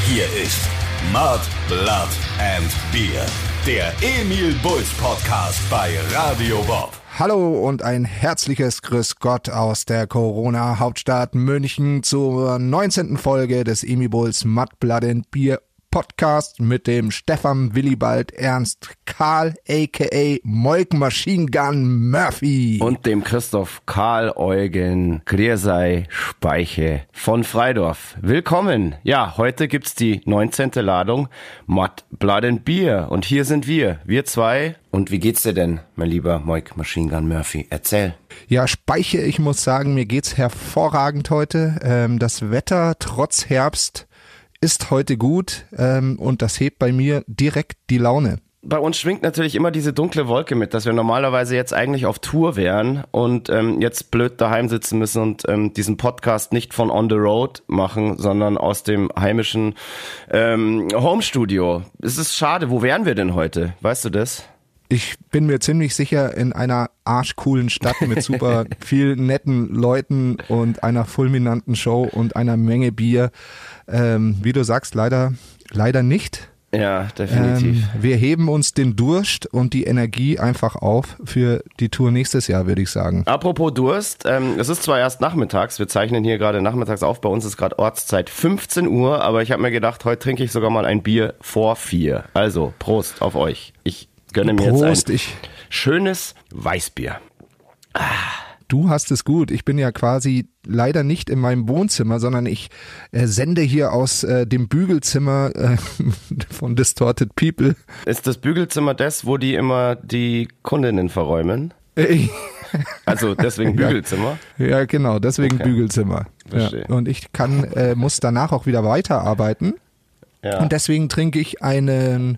Hier ist Mud, Blood and Beer, der Emil Bulls Podcast bei Radio Bob. Hallo und ein herzliches Grüß Gott aus der Corona-Hauptstadt München zur 19. Folge des Emil Bulls Mud, Blood and Beer Podcast mit dem Stefan Willibald Ernst Karl a.k.a. Moik Machine Gun Murphy. Und dem Christoph Karl Eugen Griersei Speiche von Freidorf. Willkommen. Ja, heute gibt's die 19. Ladung Mud, Blood and Beer. Und hier sind wir zwei. Und wie geht's dir denn, mein lieber Moik Machine Gun Murphy? Erzähl. Ja, Speiche, ich muss sagen, mir geht's hervorragend heute. Das Wetter trotz Herbst ist heute gut und das hebt bei mir direkt die Laune. Bei uns schwingt natürlich immer diese dunkle Wolke mit, dass wir normalerweise jetzt eigentlich auf Tour wären und jetzt blöd daheim sitzen müssen und diesen Podcast nicht von on the road machen, sondern aus dem heimischen Homestudio. Es ist schade. Wo wären wir denn heute? Weißt du das? Ich bin mir ziemlich sicher in einer arschcoolen Stadt mit super vielen netten Leuten und einer fulminanten Show und einer Menge Bier. Wie du sagst, leider nicht. Ja, definitiv. Wir heben uns den Durst und die Energie einfach auf für die Tour nächstes Jahr, würde ich sagen. Apropos Durst, es ist zwar erst nachmittags, wir zeichnen hier gerade nachmittags auf, bei uns ist gerade Ortszeit 15 Uhr, aber ich habe mir gedacht, heute trinke ich sogar mal ein Bier vor 4. Also, Prost auf euch. Ich gönne mir jetzt ein schönes Weißbier. Du hast es gut. Ich bin ja quasi leider nicht in meinem Wohnzimmer, sondern ich sende hier aus dem Bügelzimmer von Distorted People. Ist das Bügelzimmer das, wo die immer die Kundinnen verräumen? Also deswegen Bügelzimmer? Ja, genau, deswegen okay. Bügelzimmer. Ja. Und ich muss danach auch wieder weiterarbeiten. Ja. Und deswegen trinke ich einen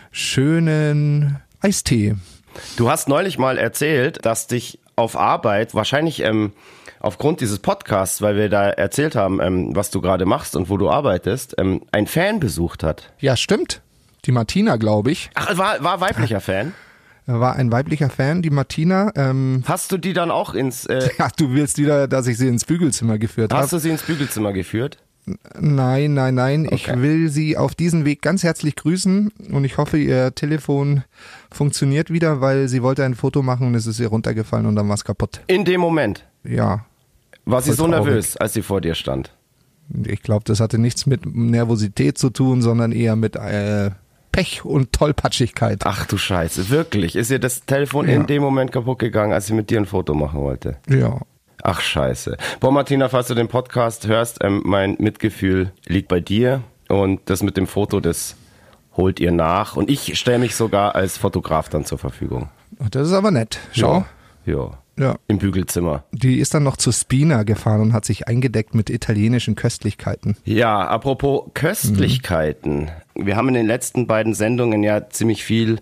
schönen Eistee. Du hast neulich mal erzählt, dass dich auf Arbeit, wahrscheinlich aufgrund dieses Podcasts, weil wir da erzählt haben, was du gerade machst und wo du arbeitest, ein Fan besucht hat. Ja, stimmt. Die Martina, glaube ich. Ach, war weiblicher Fan? War ein weiblicher Fan, die Martina. Hast du die dann auch ins... Ja, du willst wieder, dass ich sie ins Bügelzimmer geführt habe. Hast du sie ins Bügelzimmer geführt? Nein. Okay. Ich will sie auf diesen Weg ganz herzlich grüßen und ich hoffe, ihr Telefon funktioniert wieder, weil sie wollte ein Foto machen und es ist ihr runtergefallen und dann war es kaputt. In dem Moment? Ja. War sie so nervös, als sie vor dir stand? Ich glaube, das hatte nichts mit Nervosität zu tun, sondern eher mit Pech und Tollpatschigkeit. Ach du Scheiße, wirklich? Ist ihr das Telefon in dem Moment kaputt gegangen, als sie mit dir ein Foto machen wollte? Ja. Ach scheiße. Boah, Martina, falls du den Podcast hörst, mein Mitgefühl liegt bei dir und das mit dem Foto, das holt ihr nach und ich stelle mich sogar als Fotograf dann zur Verfügung. Das ist aber nett. Schau. Ja. Im Bügelzimmer. Die ist dann noch zu Spina gefahren und hat sich eingedeckt mit italienischen Köstlichkeiten. Ja, apropos Köstlichkeiten. Wir haben in den letzten beiden Sendungen ja ziemlich viel,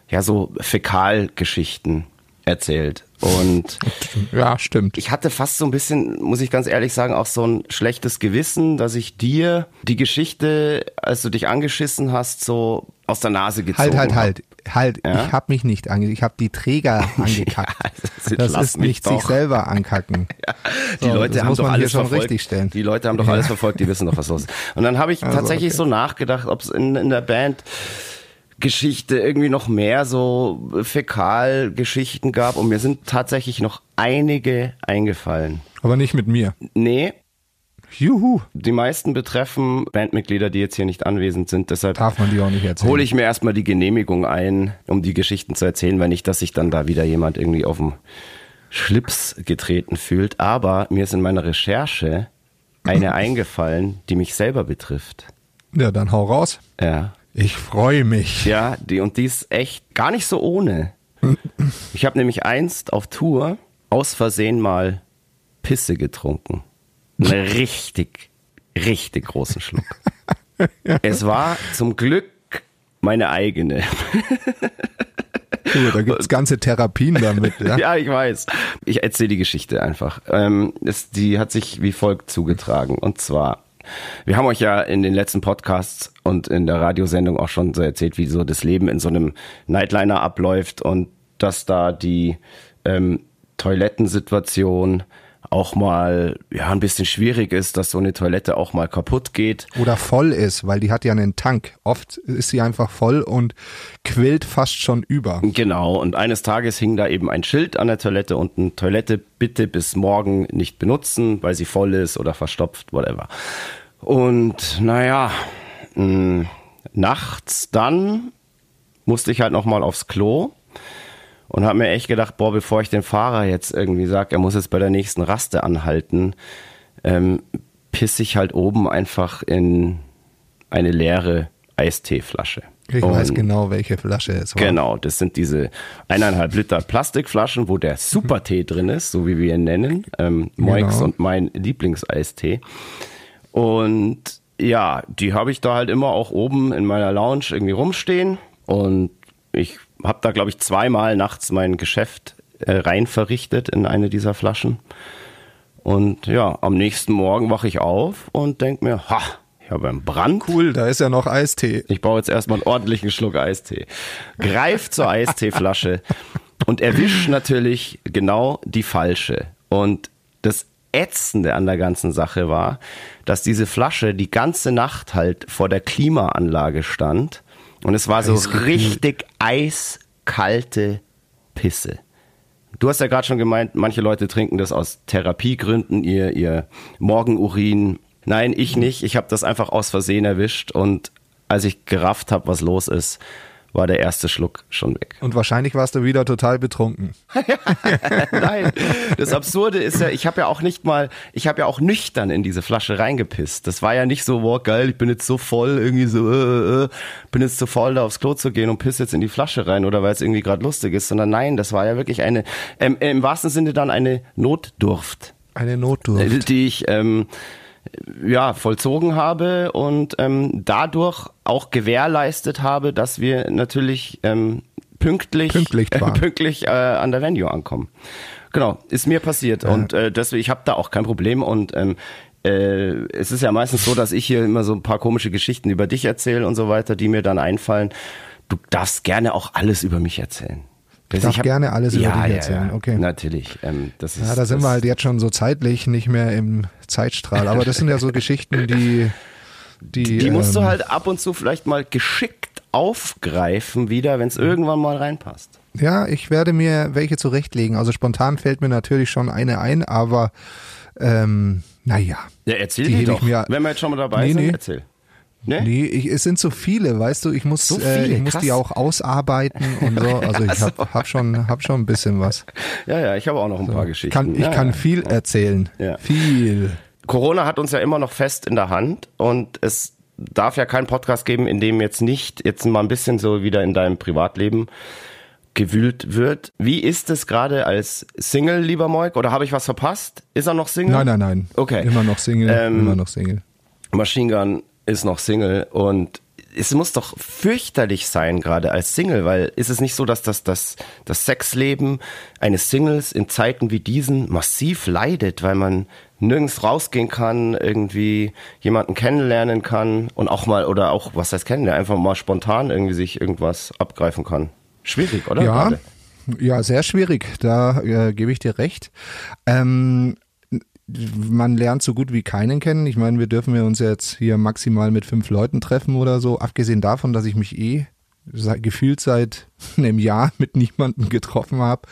so Fäkalgeschichten erzählt. Und ja, stimmt. Ich hatte fast so ein bisschen, muss ich ganz ehrlich sagen, auch so ein schlechtes Gewissen, dass ich dir die Geschichte, als du dich angeschissen hast, so aus der Nase gezogen habe. Halt, ja? Ich habe mich nicht angeschissen, ich habe die Träger angekackt. Das ist nicht sich selber ankacken. Ja, die Leute haben doch alles verfolgt. Die Leute haben doch alles verfolgt, die wissen doch, was los ist. Und dann habe ich tatsächlich so nachgedacht, ob es in der Band Geschichte irgendwie noch mehr so Fäkalgeschichten gab und mir sind tatsächlich noch einige eingefallen. Aber nicht mit mir. Nee. Juhu. Die meisten betreffen Bandmitglieder, die jetzt hier nicht anwesend sind, deshalb darf man die auch nicht erzählen. Hole ich mir erstmal die Genehmigung ein, um die Geschichten zu erzählen, weil nicht, dass sich dann da wieder jemand irgendwie auf den Schlips getreten fühlt. Aber mir ist in meiner Recherche eine eingefallen, die mich selber betrifft. Ja, dann hau raus. Ja. Ich freue mich. Ja, die ist echt gar nicht so ohne. Ich habe nämlich einst auf Tour aus Versehen mal Pisse getrunken. Einen richtig großen Schluck. Es war zum Glück meine eigene. Da gibt's ganze Therapien damit. Ja, ja, ich weiß. Ich erzähle die Geschichte einfach. Die hat sich wie folgt zugetragen. Und zwar, wir haben euch ja in den letzten Podcasts und in der Radiosendung auch schon so erzählt, wie so das Leben in so einem Nightliner abläuft und dass da die Toilettensituation auch mal ein bisschen schwierig ist, dass so eine Toilette auch mal kaputt geht. Oder voll ist, weil die hat ja einen Tank. Oft ist sie einfach voll und quillt fast schon über. Genau, und eines Tages hing da eben ein Schild an der Toilette unten: Toilette bitte bis morgen nicht benutzen, weil sie voll ist oder verstopft, whatever. Und nachts dann musste ich halt nochmal aufs Klo. Und habe mir echt gedacht, bevor ich den Fahrer jetzt irgendwie sage, er muss jetzt bei der nächsten Raste anhalten, pisse ich halt oben einfach in eine leere Eisteeflasche. Ich weiß genau, welche Flasche es war. Genau, das sind diese 1,5 Liter Plastikflaschen, wo der Supertee drin ist, so wie wir ihn nennen. Moix und mein Lieblingseistee. Und ja, die habe ich da halt immer auch oben in meiner Lounge irgendwie rumstehen. Und ich habe da, glaube ich, 2-mal nachts mein Geschäft rein verrichtet in eine dieser Flaschen. Und ja, am nächsten Morgen wache ich auf und denke mir, ich habe einen Brand. Cool, da ist ja noch Eistee. Ich baue jetzt erstmal einen ordentlichen Schluck Eistee. Greif zur Eisteeflasche und erwisch natürlich genau die falsche. Und das Ätzende an der ganzen Sache war, dass diese Flasche die ganze Nacht halt vor der Klimaanlage stand. Und es war so richtig eiskalte Pisse. Du hast ja gerade schon gemeint, manche Leute trinken das aus Therapiegründen, ihr Morgenurin. Nein, ich nicht. Ich habe das einfach aus Versehen erwischt. Und als ich gerafft habe, was los ist, war der erste Schluck schon weg. Und wahrscheinlich warst du wieder total betrunken. Nein, das Absurde ist ja, ich habe ja auch nüchtern in diese Flasche reingepisst. Das war ja nicht so, wow, geil, ich bin jetzt so voll, irgendwie so, bin jetzt zu faul, da aufs Klo zu gehen und piss jetzt in die Flasche rein oder weil es irgendwie gerade lustig ist, sondern nein, das war ja wirklich eine, im wahrsten Sinne dann eine Notdurft. Eine Notdurft. Die ich vollzogen habe und dadurch auch gewährleistet habe, dass wir natürlich pünktlich an der Venue ankommen. Genau, ist mir passiert und deswegen, ich habe da auch kein Problem und es ist ja meistens so, dass ich hier immer so ein paar komische Geschichten über dich erzähle und so weiter, die mir dann einfallen. Du darfst gerne auch alles über mich erzählen. Ich darf gerne alles über dich erzählen, okay. Natürlich. Da sind wir halt jetzt schon so zeitlich nicht mehr im Zeitstrahl, aber das sind ja so Geschichten, die musst du halt ab und zu vielleicht mal geschickt aufgreifen wieder, wenn es irgendwann mal reinpasst. Ja, ich werde mir welche zurechtlegen. Also spontan fällt mir natürlich schon eine ein, aber naja. Ja, erzähl die doch. Wenn wir jetzt schon mal dabei sind, erzähl. Nee, es sind so viele, weißt du, ich muss die auch ausarbeiten und so, also ich hab schon ein bisschen was. Ja, ich habe auch noch ein paar Geschichten. Ich kann viel erzählen, viel. Corona hat uns ja immer noch fest in der Hand und es darf ja keinen Podcast geben, in dem jetzt mal ein bisschen so wieder in deinem Privatleben gewühlt wird. Wie ist es gerade als Single, lieber Moik, oder habe ich was verpasst? Ist er noch Single? Nein. Okay. Immer noch Single. Machine Gun ist noch Single und es muss doch fürchterlich sein, gerade als Single, weil ist es nicht so, dass das Sexleben eines Singles in Zeiten wie diesen massiv leidet, weil man nirgends rausgehen kann, irgendwie jemanden kennenlernen kann und auch mal, oder auch, was heißt kennenlernen, einfach mal spontan irgendwie sich irgendwas abgreifen kann. Schwierig, oder? Ja, sehr schwierig, da gebe ich dir recht. Man lernt so gut wie keinen kennen. Ich meine, wir dürfen uns jetzt hier maximal mit 5 Leuten treffen oder so. Abgesehen davon, dass ich mich gefühlt seit einem Jahr mit niemandem getroffen habe.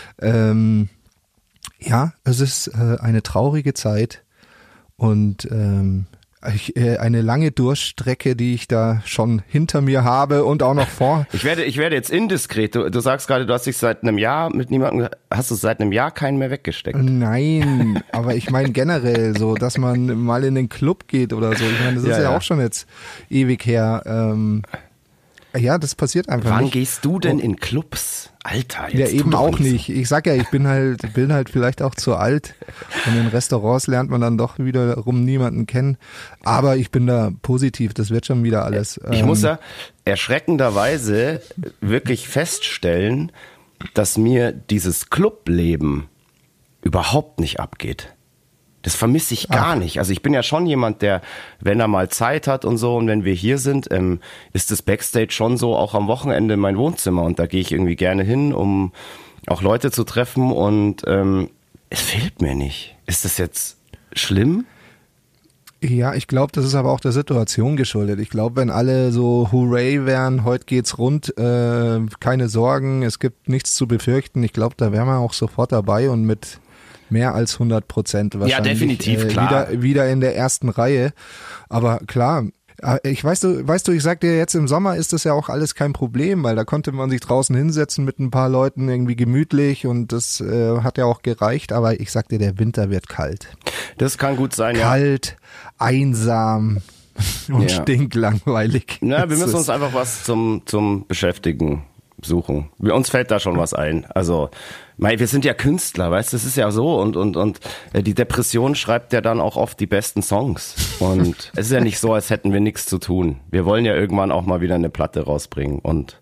Es ist eine traurige Zeit und eine lange Durststrecke, die ich da schon hinter mir habe und auch noch vor. Ich werde jetzt indiskret. Du sagst gerade, du hast dich seit einem Jahr mit niemandem, hast du seit einem Jahr keinen mehr weggesteckt? Nein, aber ich meine generell so, dass man mal in den Club geht oder so. Ich meine, das ist ja auch schon jetzt ewig her. Das passiert einfach nicht. Wann gehst du denn in Clubs? Alter, jetzt ja, eben auch nicht. Ich sag ja, ich bin halt vielleicht auch zu alt. Und in Restaurants lernt man dann doch wiederum niemanden kennen. Aber ich bin da positiv, das wird schon wieder alles. Ich muss ja erschreckenderweise wirklich feststellen, dass mir dieses Clubleben überhaupt nicht abgeht. Das vermisse ich gar nicht. Also ich bin ja schon jemand, der, wenn er mal Zeit hat und so, und wenn wir hier sind, ist das Backstage schon so auch am Wochenende mein Wohnzimmer. Und da gehe ich irgendwie gerne hin, um auch Leute zu treffen. Und es fehlt mir nicht. Ist das jetzt schlimm? Ja, ich glaube, das ist aber auch der Situation geschuldet. Ich glaube, wenn alle so Hooray wären, heute geht's rund, keine Sorgen, es gibt nichts zu befürchten, ich glaube, da wären wir auch sofort dabei und mit mehr als 100% wahrscheinlich. Ja, definitiv, klar. Wieder in der ersten Reihe. Aber klar, ich weißt du, ich sag dir, jetzt im Sommer ist das ja auch alles kein Problem, weil da konnte man sich draußen hinsetzen mit ein paar Leuten irgendwie gemütlich und das hat ja auch gereicht, aber ich sag dir, der Winter wird kalt. Das kann gut sein, kalt, einsam und stinklangweilig. Na, wir müssen uns einfach was zum Beschäftigen suchen. Uns fällt da schon was ein. Also, wir sind ja Künstler, weißt du, das ist ja so und die Depression schreibt ja dann auch oft die besten Songs und es ist ja nicht so, als hätten wir nichts zu tun. Wir wollen ja irgendwann auch mal wieder eine Platte rausbringen und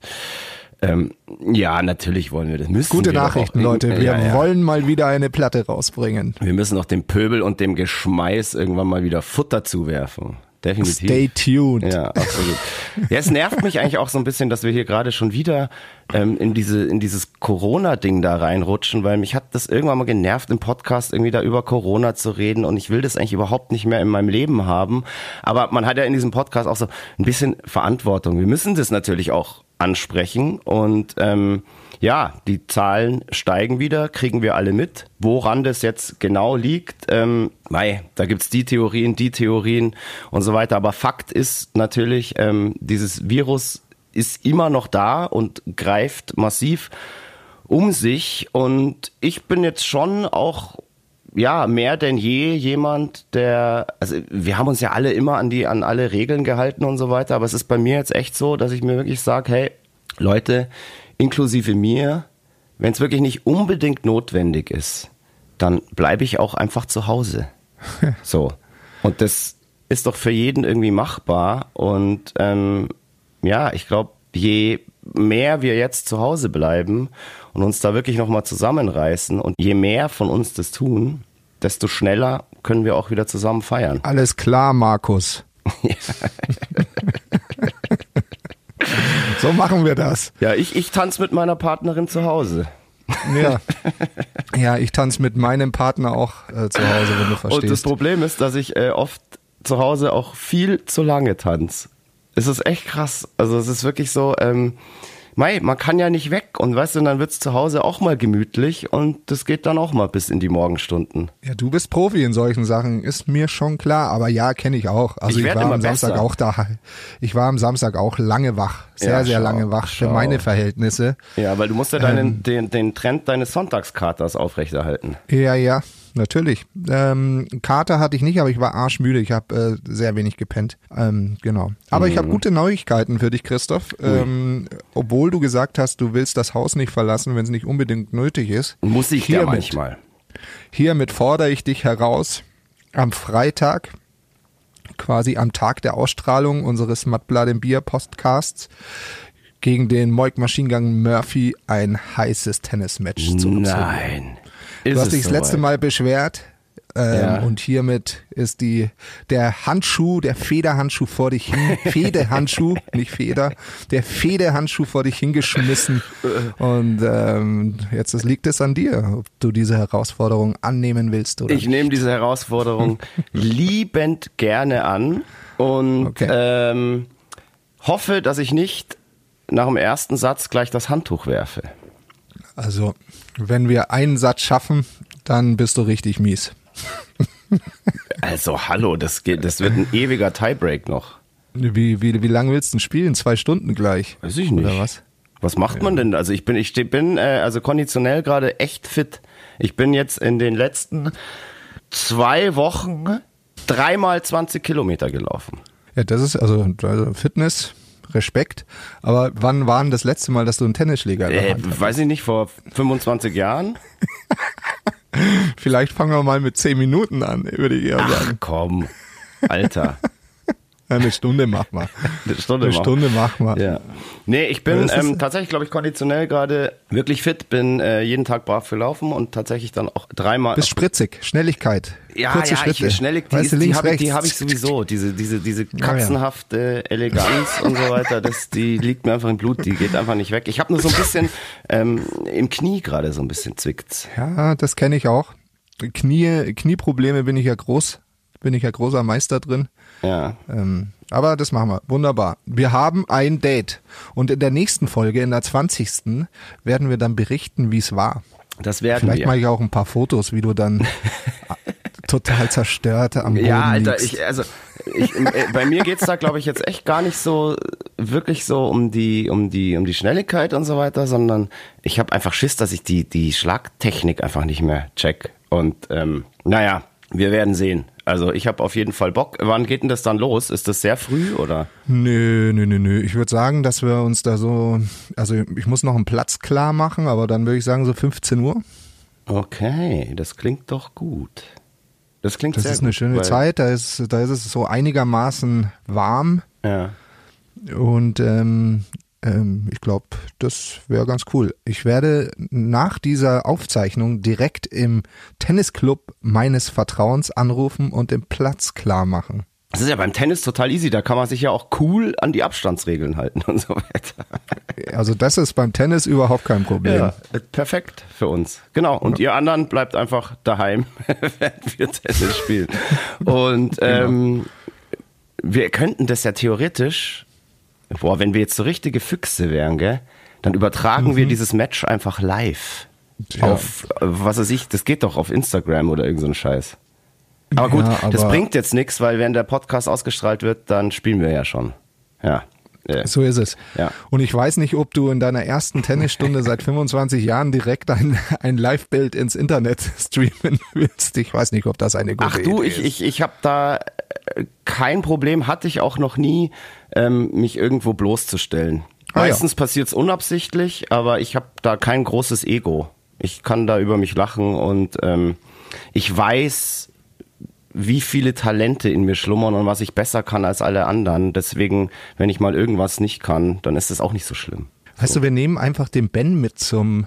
ja, natürlich wollen wir das. Gute Nachrichten, Leute. Wir wollen mal wieder eine Platte rausbringen. Wir müssen auch dem Pöbel und dem Geschmeiß irgendwann mal wieder Futter zuwerfen. Definitiv. Stay tuned. Ja, absolut. Ja, es nervt mich eigentlich auch so ein bisschen, dass wir hier gerade schon wieder in dieses Corona-Ding da reinrutschen, weil mich hat das irgendwann mal genervt, im Podcast irgendwie da über Corona zu reden und ich will das eigentlich überhaupt nicht mehr in meinem Leben haben. Aber man hat ja in diesem Podcast auch so ein bisschen Verantwortung. Wir müssen das natürlich auch ansprechen und ja, die Zahlen steigen wieder, kriegen wir alle mit. Woran das jetzt genau liegt, da gibt's die Theorien und so weiter. Aber Fakt ist natürlich, dieses Virus ist immer noch da und greift massiv um sich. Und ich bin jetzt schon auch mehr denn je jemand, also wir haben uns ja alle immer an alle Regeln gehalten und so weiter. Aber es ist bei mir jetzt echt so, dass ich mir wirklich sage, hey, Leute, inklusive mir, wenn es wirklich nicht unbedingt notwendig ist, dann bleibe ich auch einfach zu Hause. So. Und das ist doch für jeden irgendwie machbar. Und ich glaube, je mehr wir jetzt zu Hause bleiben und uns da wirklich nochmal zusammenreißen und je mehr von uns das tun, desto schneller können wir auch wieder zusammen feiern. Alles klar, Markus. So machen wir das. Ja, ich tanze mit meiner Partnerin zu Hause. Ja, ich tanze mit meinem Partner auch zu Hause, wenn du verstehst. Und das Problem ist, dass ich oft zu Hause auch viel zu lange tanze. Es ist echt krass. Also es ist wirklich so, man kann ja nicht weg und weißt du, dann wird's zu Hause auch mal gemütlich und das geht dann auch mal bis in die Morgenstunden. Ja, du bist Profi in solchen Sachen, ist mir schon klar, aber ja, kenne ich auch. Also ich war am Samstag auch da. Ich war am Samstag auch lange wach, sehr lange wach für meine Verhältnisse. Ja, weil du musst ja den Trend deines Sonntagskaters aufrechterhalten. Ja, natürlich. Kater hatte ich nicht, aber ich war arschmüde. Ich habe sehr wenig gepennt. Genau. Aber ich habe gute Neuigkeiten für dich, Christoph. Obwohl du gesagt hast, du willst das Haus nicht verlassen, wenn es nicht unbedingt nötig ist. Muss ich ja manchmal. Hiermit fordere ich dich heraus, am Freitag, quasi am Tag der Ausstrahlung unseres Mattblatt im Bier Podcasts, gegen den Moik Machine Gun Murphy ein heißes Tennismatch zu absolvieren. Nein. Du hast dich das letzte Mal beschwert und hiermit ist der Handschuh, der Federhandschuh vor dich hin, Fedehandschuh, nicht Feder, der Fedehandschuh vor dich hingeschmissen und jetzt liegt es an dir, ob du diese Herausforderung annehmen willst oder nicht. Ich nehme diese Herausforderung liebend gerne an und hoffe, dass ich nicht nach dem ersten Satz gleich das Handtuch werfe. Also, wenn wir einen Satz schaffen, dann bist du richtig mies. Also, hallo, das wird ein ewiger Tiebreak noch. Wie lange willst du denn spielen? 2 Stunden gleich? Weiß ich nicht. Oder was? Was macht man denn? Also, ich bin konditionell gerade echt fit. Ich bin jetzt in den letzten 2 Wochen 3-mal 20 Kilometer gelaufen. Ja, das ist also Fitness. Respekt, aber wann war denn das letzte Mal, dass du einen Tennisschläger in der Hand hattest? Weiß ich nicht, vor 25 Jahren? Vielleicht fangen wir mal mit 10 Minuten an, würde ich eher sagen. Ach komm, Alter. Eine Stunde mach mal. Eine Stunde mach mal. Ja. Nee, ich bin tatsächlich, glaube ich, konditionell gerade wirklich fit, bin jeden Tag brav gelaufen und tatsächlich dann auch 3-mal. Bist spritzig, Schnelligkeit, kurze Schritte. Schnelligkeit, die habe ich sowieso, diese katzenhafte Eleganz und so weiter, die liegt mir einfach im Blut, die geht einfach nicht weg. Ich habe nur so ein bisschen im Knie gerade so ein bisschen zwickt's. Ja, das kenne ich auch. Knieprobleme bin ich ja großer Meister drin. Ja. Aber das machen wir. Wunderbar. Wir haben ein Date. Und in der nächsten Folge, in der 20. werden wir dann berichten, wie es war. Das werden Vielleicht wir. mache ich auch ein paar Fotos, wie du dann total zerstört am Boden Ja, Alter, liegst. bei mir geht's da, glaube ich, jetzt echt gar nicht so wirklich so um die Schnelligkeit und so weiter, sondern ich habe einfach Schiss, dass ich die Schlagtechnik einfach nicht mehr check. Und naja, wir werden sehen. Also ich habe auf jeden Fall Bock. Wann geht denn das dann los? Ist das sehr früh oder? Nö. Ich würde sagen, dass wir uns da so, also ich muss noch einen Platz klar machen, aber dann würde ich sagen so 15 Uhr. Okay, das klingt doch gut. Das klingt sehr gut. Das ist eine schöne Zeit, da ist es so einigermaßen warm. Ja. Und ich glaube, das wäre ganz cool. Ich werde nach dieser Aufzeichnung direkt im Tennisclub meines Vertrauens anrufen und den Platz klar machen. Das ist ja beim Tennis total easy, da kann man sich ja auch cool an die Abstandsregeln halten und so weiter. Also das ist beim Tennis überhaupt kein Problem. Ja, perfekt für uns. Genau, und ihr anderen bleibt einfach daheim, während wir Tennis spielen. Und wir könnten das ja theoretisch, wenn wir jetzt so richtige Füchse wären, gell, dann übertragen wir dieses Match einfach live. Ja. Auf, was weiß ich, das geht doch auf Instagram oder irgend so ein Scheiß. Aber gut, Ja, das aber bringt jetzt nichts, weil wenn der Podcast ausgestrahlt wird, dann spielen wir ja schon. Ja. So ist es. Ja. Und ich weiß nicht, ob du in deiner ersten Tennisstunde seit 25 Jahren direkt ein Live-Bild ins Internet streamen willst. Ich weiß nicht, ob das eine gute Idee ist. Ich habe da kein Problem, hatte ich auch noch nie, mich irgendwo bloßzustellen. Meistens passiert's unabsichtlich, aber ich habe da kein großes Ego. Ich kann da über mich lachen und ich weiß, wie viele Talente in mir schlummern und was ich besser kann als alle anderen. Deswegen, wenn ich mal irgendwas nicht kann, dann ist es auch nicht so schlimm. Weißt du, wir nehmen einfach den Ben mit zum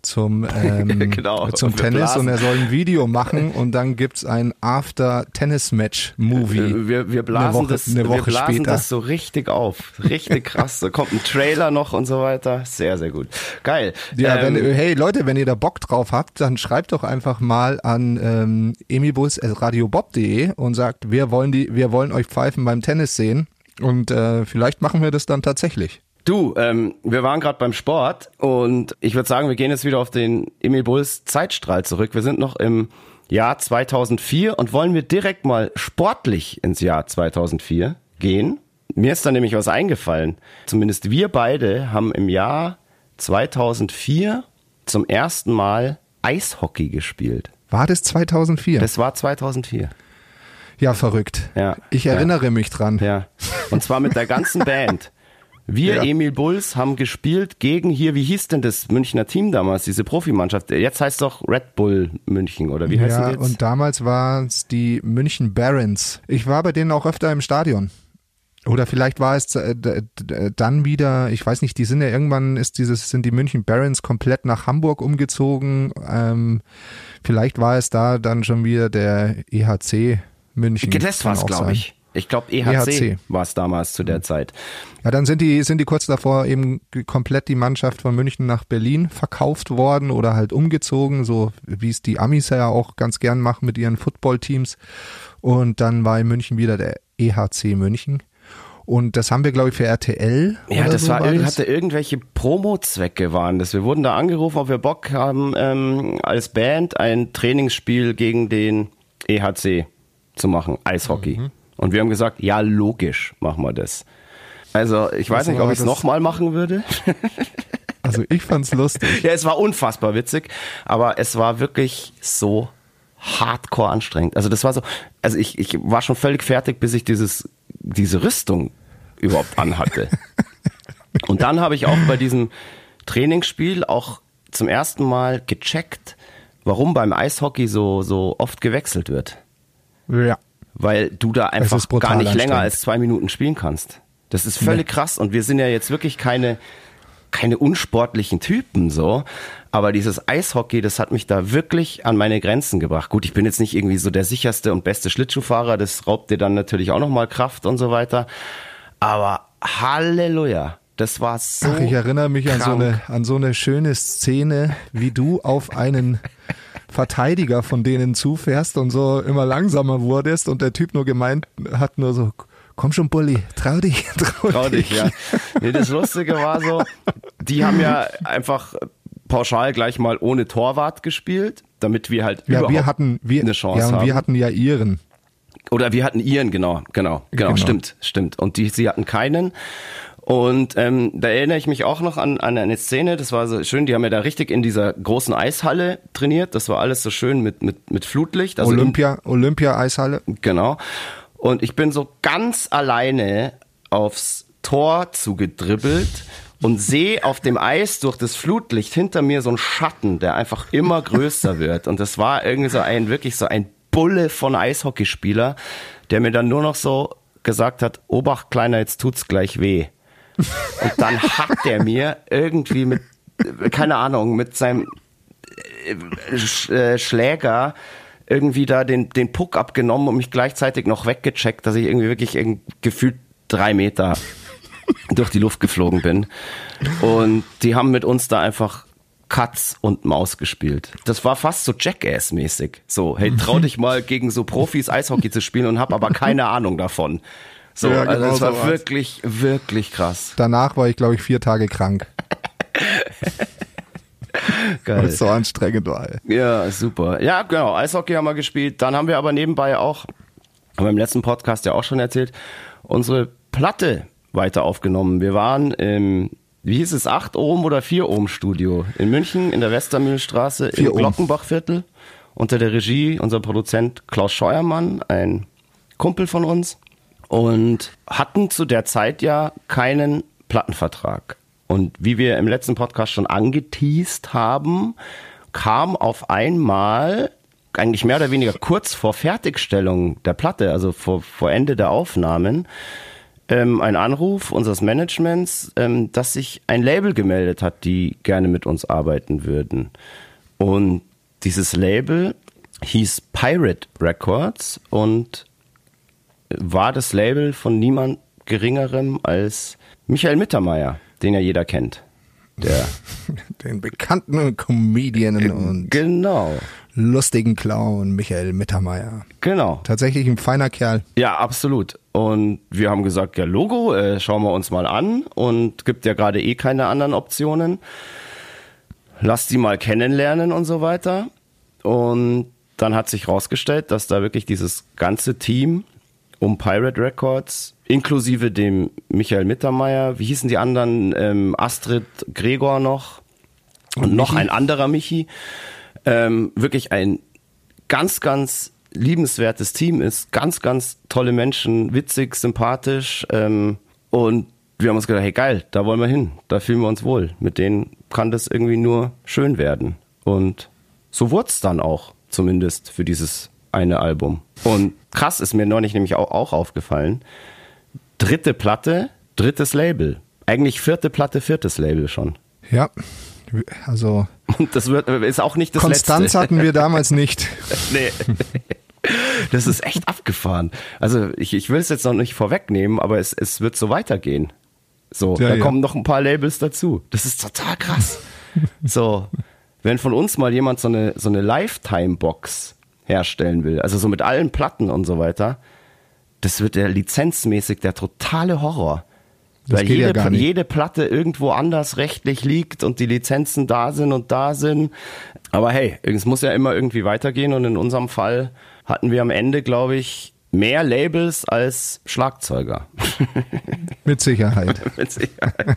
Genau. Tennis blasen. und er soll ein Video machen und dann gibt's ein After-Tennis-Match-Movie. Wir blasen eine Woche später. Das so richtig auf. Richtig krass. Da kommt ein Trailer noch und so weiter. Sehr, sehr gut. Geil. Ja, hey Leute, wenn ihr da Bock drauf habt, dann schreibt doch einfach mal an emibuls@radiobob.de und sagt, wir wollen euch pfeifen beim Tennis sehen und vielleicht machen wir das dann tatsächlich. Du, wir waren gerade beim Sport und ich würde sagen, wir gehen jetzt wieder auf den Emil Bulls Zeitstrahl zurück. Wir sind noch im Jahr 2004 und wollen wir direkt mal sportlich ins Jahr 2004 gehen. Mir ist da nämlich was eingefallen. Zumindest wir beide haben im Jahr 2004 zum ersten Mal Eishockey gespielt. War das 2004? Das war 2004. Ja, verrückt. Ja. Ich erinnere mich dran. Ja. Und zwar mit der ganzen Band. Wir, Emil Bulls, haben gespielt gegen hier, wie hieß denn das Münchner Team damals, diese Profimannschaft? Jetzt heißt es doch Red Bull München, oder wie heißt die jetzt? Ja, und damals waren es die München Barons. Ich war bei denen auch öfter im Stadion. Oder vielleicht war es dann wieder, ich weiß nicht, die sind ja irgendwann, sind die München Barons komplett nach Hamburg umgezogen. Vielleicht war es da dann schon wieder der EHC München. Das war's, glaube ich. Ich glaube, EHC war es damals zu der Zeit. Ja, dann sind die kurz davor eben komplett die Mannschaft von München nach Berlin verkauft worden oder halt umgezogen, so wie es die Amis ja auch ganz gern machen mit ihren Footballteams. Und dann war in München wieder der EHC München. Und das haben wir, glaube ich, für RTL. Ja, oder das so hatte irgendwelche Promo-Zwecke waren das. Wir wurden da angerufen, ob wir Bock haben, als Band ein Trainingsspiel gegen den EHC zu machen, Eishockey. Mhm. Und wir haben gesagt, ja, logisch machen wir das. Also ich weiß nicht, ob ich es nochmal machen würde. Also ich fand's lustig. Ja, es war unfassbar witzig, aber es war wirklich so hardcore anstrengend. Also das war so, also ich war schon völlig fertig, bis ich diese Rüstung überhaupt anhatte. Und dann habe ich auch bei diesem Trainingsspiel auch zum ersten Mal gecheckt, warum beim Eishockey so oft gewechselt wird. Ja. Weil du da einfach gar nicht länger als 2 Minuten spielen kannst. Das ist völlig krass und wir sind ja jetzt wirklich keine unsportlichen Typen so, aber dieses Eishockey, das hat mich da wirklich an meine Grenzen gebracht. Gut, ich bin jetzt nicht irgendwie so der sicherste und beste Schlittschuhfahrer, das raubt dir dann natürlich auch nochmal Kraft und so weiter, aber Halleluja, das war so ich erinnere mich an so eine schöne Szene, wie du auf einen Verteidiger von denen zufährst und so immer langsamer wurdest und der Typ nur gemeint hat nur so, komm schon Bulli, trau dich. Trau dich, ja. Nee, das Lustige war so, die haben ja einfach pauschal gleich mal ohne Torwart gespielt, damit wir halt überhaupt eine Chance haben. Ja, und wir hatten ja ihren. Oder wir hatten ihren, genau, stimmt. Und sie hatten keinen. Und da erinnere ich mich auch noch an eine Szene, das war so schön, die haben ja da richtig in dieser großen Eishalle trainiert, das war alles so schön mit Flutlicht. Also Olympia-Eishalle. Genau. Und ich bin so ganz alleine aufs Tor zugedribbelt und sehe auf dem Eis durch das Flutlicht hinter mir so einen Schatten, der einfach immer größer wird. Und das war irgendwie wirklich so ein Bulle von Eishockeyspieler, der mir dann nur noch so gesagt hat, Obacht, Kleiner, jetzt tut's gleich weh. Und dann hat der mir irgendwie mit seinem Schläger irgendwie da den Puck abgenommen und mich gleichzeitig noch weggecheckt, dass ich irgendwie wirklich gefühlt 3 Meter durch die Luft geflogen bin. Und die haben mit uns da einfach Katz und Maus gespielt. Das war fast so Jackass-mäßig. So, hey, trau dich mal gegen so Profis Eishockey zu spielen und hab aber keine Ahnung davon. So, ja, genau, also das war wirklich, wirklich krass. Danach war ich, glaube ich, 4 Tage krank. Geil. Weil es so anstrengend war. Ey. Ja, super. Ja, genau, Eishockey haben wir gespielt. Dann haben wir aber nebenbei auch, haben wir im letzten Podcast ja auch schon erzählt, unsere Platte weiter aufgenommen. Wir waren im, wie hieß es, 8 Ohm oder 4 Ohm Studio in München in der Westermühlstraße im Glockenbachviertel unter der Regie unser Produzent Klaus Scheuermann, ein Kumpel von uns, und hatten zu der Zeit ja keinen Plattenvertrag. Und wie wir im letzten Podcast schon angeteast haben, kam auf einmal, eigentlich mehr oder weniger kurz vor Fertigstellung der Platte, also vor Ende der Aufnahmen, ein Anruf unseres Managements, dass sich ein Label gemeldet hat, die gerne mit uns arbeiten würden. Und dieses Label hieß Pirate Records und war das Label von niemand Geringerem als Michael Mittermeier, den ja jeder kennt. Den bekannten Comedian und genau. lustigen Clown Michael Mittermeier. Genau. Tatsächlich ein feiner Kerl. Ja, absolut. Und wir haben gesagt, ja Logo, schauen wir uns mal an, und gibt ja gerade keine anderen Optionen. Lass die mal kennenlernen und so weiter. Und dann hat sich rausgestellt, dass da wirklich dieses ganze Team um Pirate Records, inklusive dem Michael Mittermeier, wie hießen die anderen, Astrid Gregor noch und noch ein anderer Michi, wirklich ein ganz, ganz liebenswertes Team ist, ganz, ganz tolle Menschen, witzig, sympathisch, und wir haben uns gedacht, hey geil, da wollen wir hin, da fühlen wir uns wohl, mit denen kann das irgendwie nur schön werden, und so wurde es dann auch, zumindest für dieses eine Album. Und krass ist mir neulich nämlich auch aufgefallen, 3. Platte, 3. Label, eigentlich 4. Platte, 4. Label schon. Ja, also und das ist auch nicht das Konstanz Letzte. hatten wir damals nicht. Nee. Das ist echt abgefahren. Also ich will es jetzt noch nicht vorwegnehmen, aber es wird so weitergehen. So, ja, da kommen noch ein paar Labels dazu. Das ist total krass. So, wenn von uns mal jemand so eine Lifetime-Box herstellen will, also so mit allen Platten und so weiter, das wird lizenzmäßig der totale Horror. Das Weil jede Platte irgendwo anders rechtlich liegt und die Lizenzen da sind und da sind. Aber hey, es muss ja immer irgendwie weitergehen, und in unserem Fall hatten wir am Ende, glaube ich, mehr Labels als Schlagzeuger. Mit Sicherheit. Mit Sicherheit.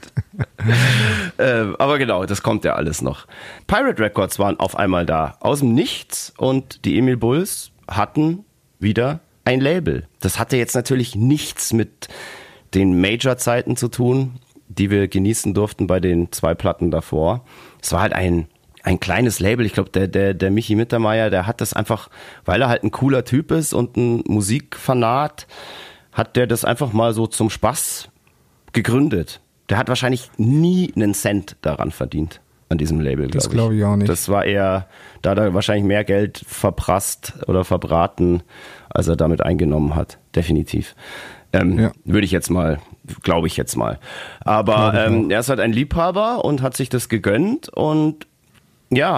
Aber genau, das kommt ja alles noch. Pirate Records waren auf einmal da, aus dem Nichts, und die Emil Bulls hatten wieder ein Label. Das hatte jetzt natürlich nichts mit den Major-Zeiten zu tun, die wir genießen durften bei den 2 Platten davor. Es war halt ein kleines Label. Ich glaube, der Michi Mittermeier, der hat das einfach, weil er halt ein cooler Typ ist und ein Musikfanat, hat der das einfach mal so zum Spaß gegründet. Der hat wahrscheinlich nie einen Cent daran verdient, an diesem Label, glaube ich. Das glaube ich auch nicht. Das war eher, da hat er wahrscheinlich mehr Geld verprasst oder verbraten, als er damit eingenommen hat. Definitiv. Würde ich jetzt mal, glaube ich jetzt mal. Aber er ist halt ein Liebhaber und hat sich das gegönnt, und ja,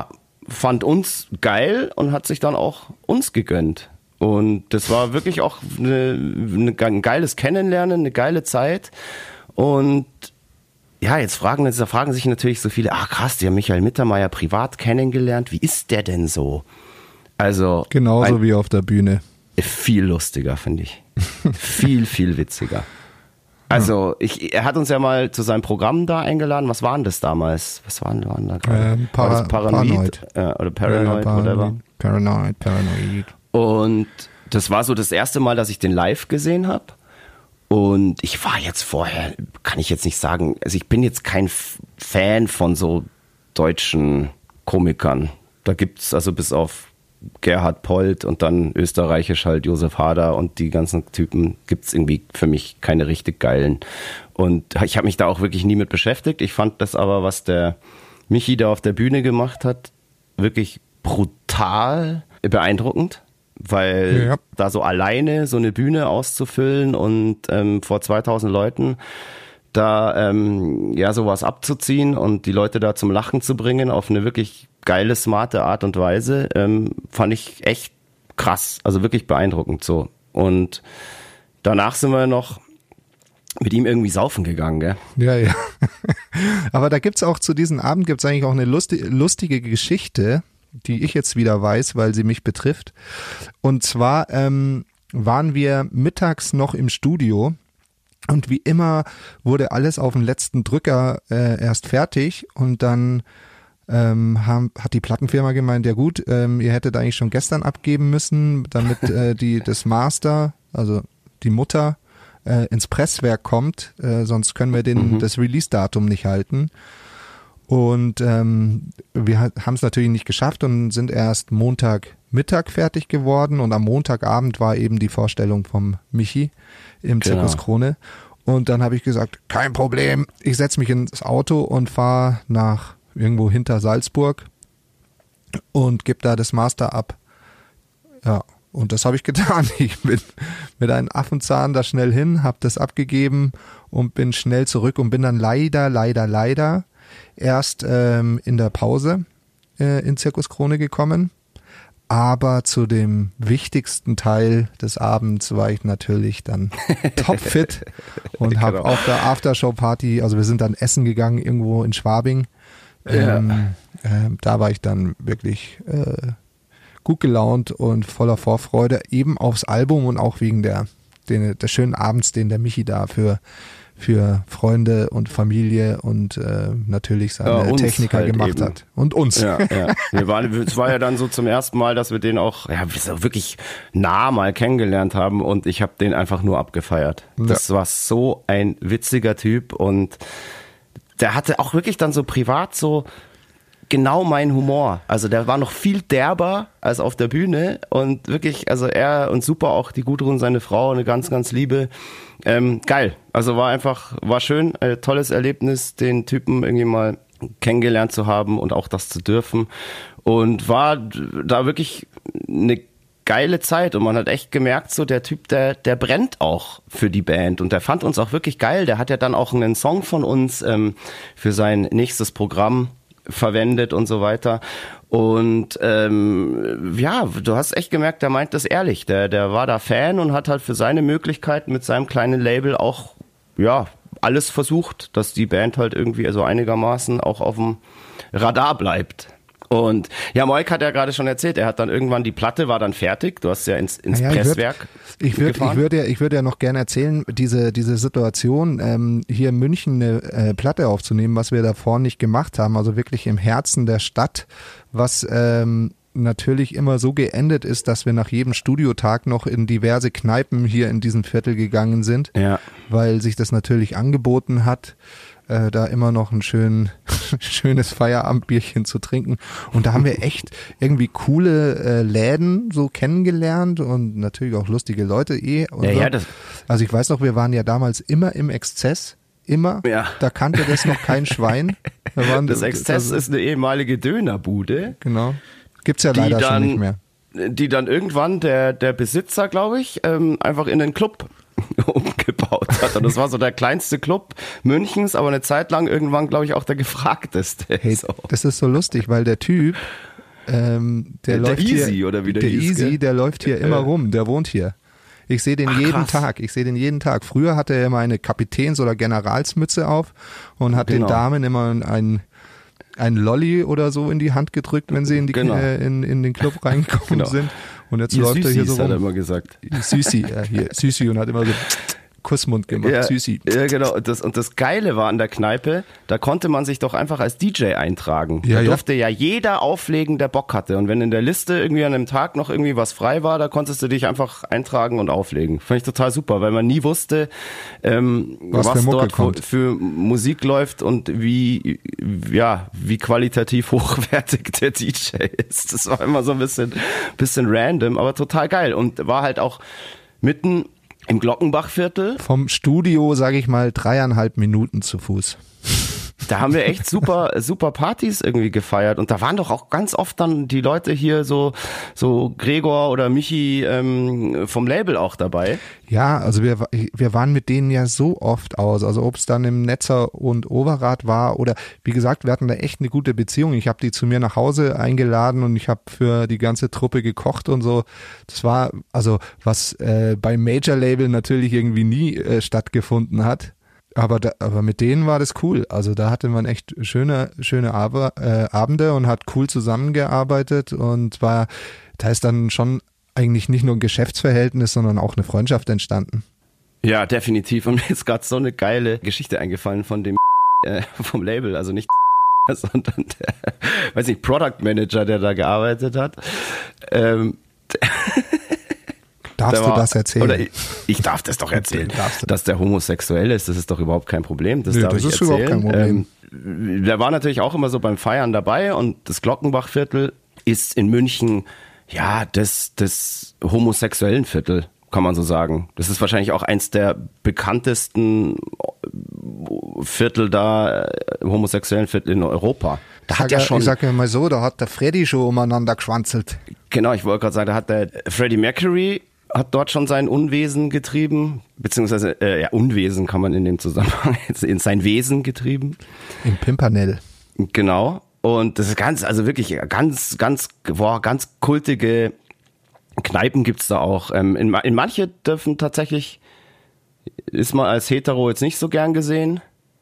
fand uns geil und hat sich dann auch uns gegönnt. Und das war wirklich auch ein geiles Kennenlernen, eine geile Zeit. Und ja, jetzt fragen sich natürlich so viele, krass, die haben Michael Mittermeier privat kennengelernt. Wie ist der denn so? Also genauso wie auf der Bühne. Viel lustiger, finde ich. Viel, viel witziger. Also er hat uns ja mal zu seinem Programm da eingeladen. Was waren das damals? Was waren da gerade? Paranoid. Oder Paranoid, whatever. Paranoid. Und das war so das erste Mal, dass ich den live gesehen habe. Und ich war jetzt vorher, kann ich jetzt nicht sagen, also ich bin jetzt kein Fan von so deutschen Komikern. Da gibt's also bis auf Gerhard Polt und dann österreichisch halt Josef Hader und die ganzen Typen gibt's irgendwie für mich keine richtig geilen. Und ich habe mich da auch wirklich nie mit beschäftigt. Ich fand das aber, was der Michi da auf der Bühne gemacht hat, wirklich brutal beeindruckend. Weil da so alleine so eine Bühne auszufüllen und vor 2000 Leuten da sowas abzuziehen und die Leute da zum Lachen zu bringen auf eine wirklich geile, smarte Art und Weise, fand ich echt krass, also wirklich beeindruckend so. Und danach sind wir noch mit ihm irgendwie saufen gegangen, gell? Ja. Aber da gibt's auch zu diesem Abend gibt's eigentlich auch eine lustige Geschichte, die ich jetzt wieder weiß, weil sie mich betrifft. Und zwar waren wir mittags noch im Studio und wie immer wurde alles auf den letzten Drücker erst fertig und dann hat die Plattenfirma gemeint, ja gut, ihr hättet eigentlich schon gestern abgeben müssen, damit das Master, also die Mutter, ins Presswerk kommt, sonst können wir das Release-Datum nicht halten. Und wir haben es natürlich nicht geschafft und sind erst Montagmittag fertig geworden und am Montagabend war eben die Vorstellung vom Michi im Zirkus Krone. Und dann habe ich gesagt, kein Problem, ich setze mich ins Auto und fahre nach irgendwo hinter Salzburg und gebe da das Master ab. Ja, und das habe ich getan. Ich bin mit einem Affenzahn da schnell hin, habe das abgegeben und bin schnell zurück und bin dann leider erst in der Pause in Zirkus Krone gekommen. Aber zu dem wichtigsten Teil des Abends war ich natürlich dann topfit und habe auf der Aftershow-Party, also wir sind dann essen gegangen irgendwo in Schwabing. Da war ich dann wirklich gut gelaunt und voller Vorfreude, eben aufs Album und auch wegen der schönen Abends, den der Michi da für Freunde und Familie und natürlich seine Techniker halt gemacht hat. Und uns. Ja. Es war ja dann so zum ersten Mal, dass wir den auch wirklich nah mal kennengelernt haben und ich habe den einfach nur abgefeiert. Das war so ein witziger Typ und der hatte auch wirklich dann so privat so genau mein Humor. Also der war noch viel derber als auf der Bühne und wirklich, also er und super auch die Gudrun, seine Frau, eine ganz, ganz liebe. Geil. Also war schön, tolles Erlebnis, den Typen irgendwie mal kennengelernt zu haben und auch das zu dürfen und war da wirklich eine geile Zeit und man hat echt gemerkt, so der Typ, der brennt auch für die Band und der fand uns auch wirklich geil. Der hat ja dann auch einen Song von uns für sein nächstes Programm verwendet und so weiter. Und du hast echt gemerkt, der meint das ehrlich. Der war da Fan und hat halt für seine Möglichkeiten mit seinem kleinen Label auch alles versucht, dass die Band halt irgendwie so einigermaßen auch auf dem Radar bleibt. Und Moik hat ja gerade schon erzählt, er hat dann irgendwann, die Platte war dann fertig, du hast ja ins Presswerk gefahren. Ich würde ja noch gerne erzählen, diese Situation, hier in München eine Platte aufzunehmen, was wir davor nicht gemacht haben, also wirklich im Herzen der Stadt, was natürlich immer so geendet ist, dass wir nach jedem Studiotag noch in diverse Kneipen hier in diesem Viertel gegangen sind, weil sich das natürlich angeboten hat, da immer noch ein schönes Feierabendbierchen zu trinken. Und da haben wir echt irgendwie coole Läden so kennengelernt und natürlich auch lustige Leute Und also ich weiß noch, wir waren ja damals immer im Exzess. Immer. Ja. Da kannte das noch kein Schwein. Das Exzess ist eine ehemalige Dönerbude. Genau. Gibt's ja leider schon nicht mehr. Die dann irgendwann der Besitzer, glaube ich, einfach in den Club umgebaut hat. Und das war so der kleinste Club Münchens, aber eine Zeit lang irgendwann, glaube ich, auch der gefragteste. Hey, das ist so lustig, weil der Typ der läuft Easy, hier, oder wie der der hieß, Easy, gell? der läuft hier immer rum, der wohnt hier. Ich sehe den jeden Tag. Früher hatte er immer eine Kapitäns- oder Generalsmütze auf und hat den Damen immer ein Lolli oder so in die Hand gedrückt, wenn sie in den Club reingekommen sind. Und jetzt läuft er hier so rum. Hat er immer gesagt. Süßi und hat immer so Kussmund gemacht, ja, Süßi. Ja, genau. Und das Geile war an der Kneipe, da konnte man sich doch einfach als DJ eintragen. Da durfte ja jeder auflegen, der Bock hatte. Und wenn in der Liste irgendwie an einem Tag noch irgendwie was frei war, da konntest du dich einfach eintragen und auflegen. Fand ich total super, weil man nie wusste, was dort für Musik läuft und wie qualitativ hochwertig der DJ ist. Das war immer so ein bisschen random, aber total geil. Und war halt auch mitten im Glockenbachviertel. Vom Studio, sage ich mal, 3,5 Minuten zu Fuß. Da haben wir echt super Partys irgendwie gefeiert. Und da waren doch auch ganz oft dann die Leute hier so Gregor oder Michi vom Label auch dabei. Ja, also wir waren mit denen ja so oft aus. Also ob es dann im Netzer und Overath war oder wie gesagt, wir hatten da echt eine gute Beziehung. Ich habe die zu mir nach Hause eingeladen und ich habe für die ganze Truppe gekocht und so. Das war also was beim Major Label natürlich irgendwie nie stattgefunden hat. Aber mit denen war das cool. Also da hatte man echt schöne Abende und hat cool zusammengearbeitet und da ist dann schon eigentlich nicht nur ein Geschäftsverhältnis, sondern auch eine Freundschaft entstanden. Ja, definitiv. Und mir ist gerade so eine geile Geschichte eingefallen von dem vom Label, also nicht sondern der, Product Manager, der da gearbeitet hat. Darfst du das erzählen? Oder ich darf das doch erzählen. Dass der homosexuell ist, das ist doch überhaupt kein Problem. Das darf ich erzählen. Überhaupt kein Problem. Der war natürlich auch immer so beim Feiern dabei und das Glockenbachviertel ist in München, ja, das homosexuellen Viertel, kann man so sagen. Das ist wahrscheinlich auch eins der bekanntesten Viertel da, homosexuellen Viertel in Europa. Ich sag ja mal so, da hat der Freddy schon umeinander geschwanzelt. Genau, ich wollte gerade sagen, da hat der Freddie Mercury hat dort schon sein Unwesen getrieben, beziehungsweise, Unwesen kann man in dem Zusammenhang, in sein Wesen getrieben. Im Pimpernel. Genau. Und das ist ganz kultige Kneipen gibt's da auch. In manche dürfen tatsächlich, ist man als Hetero jetzt nicht so gern gesehen,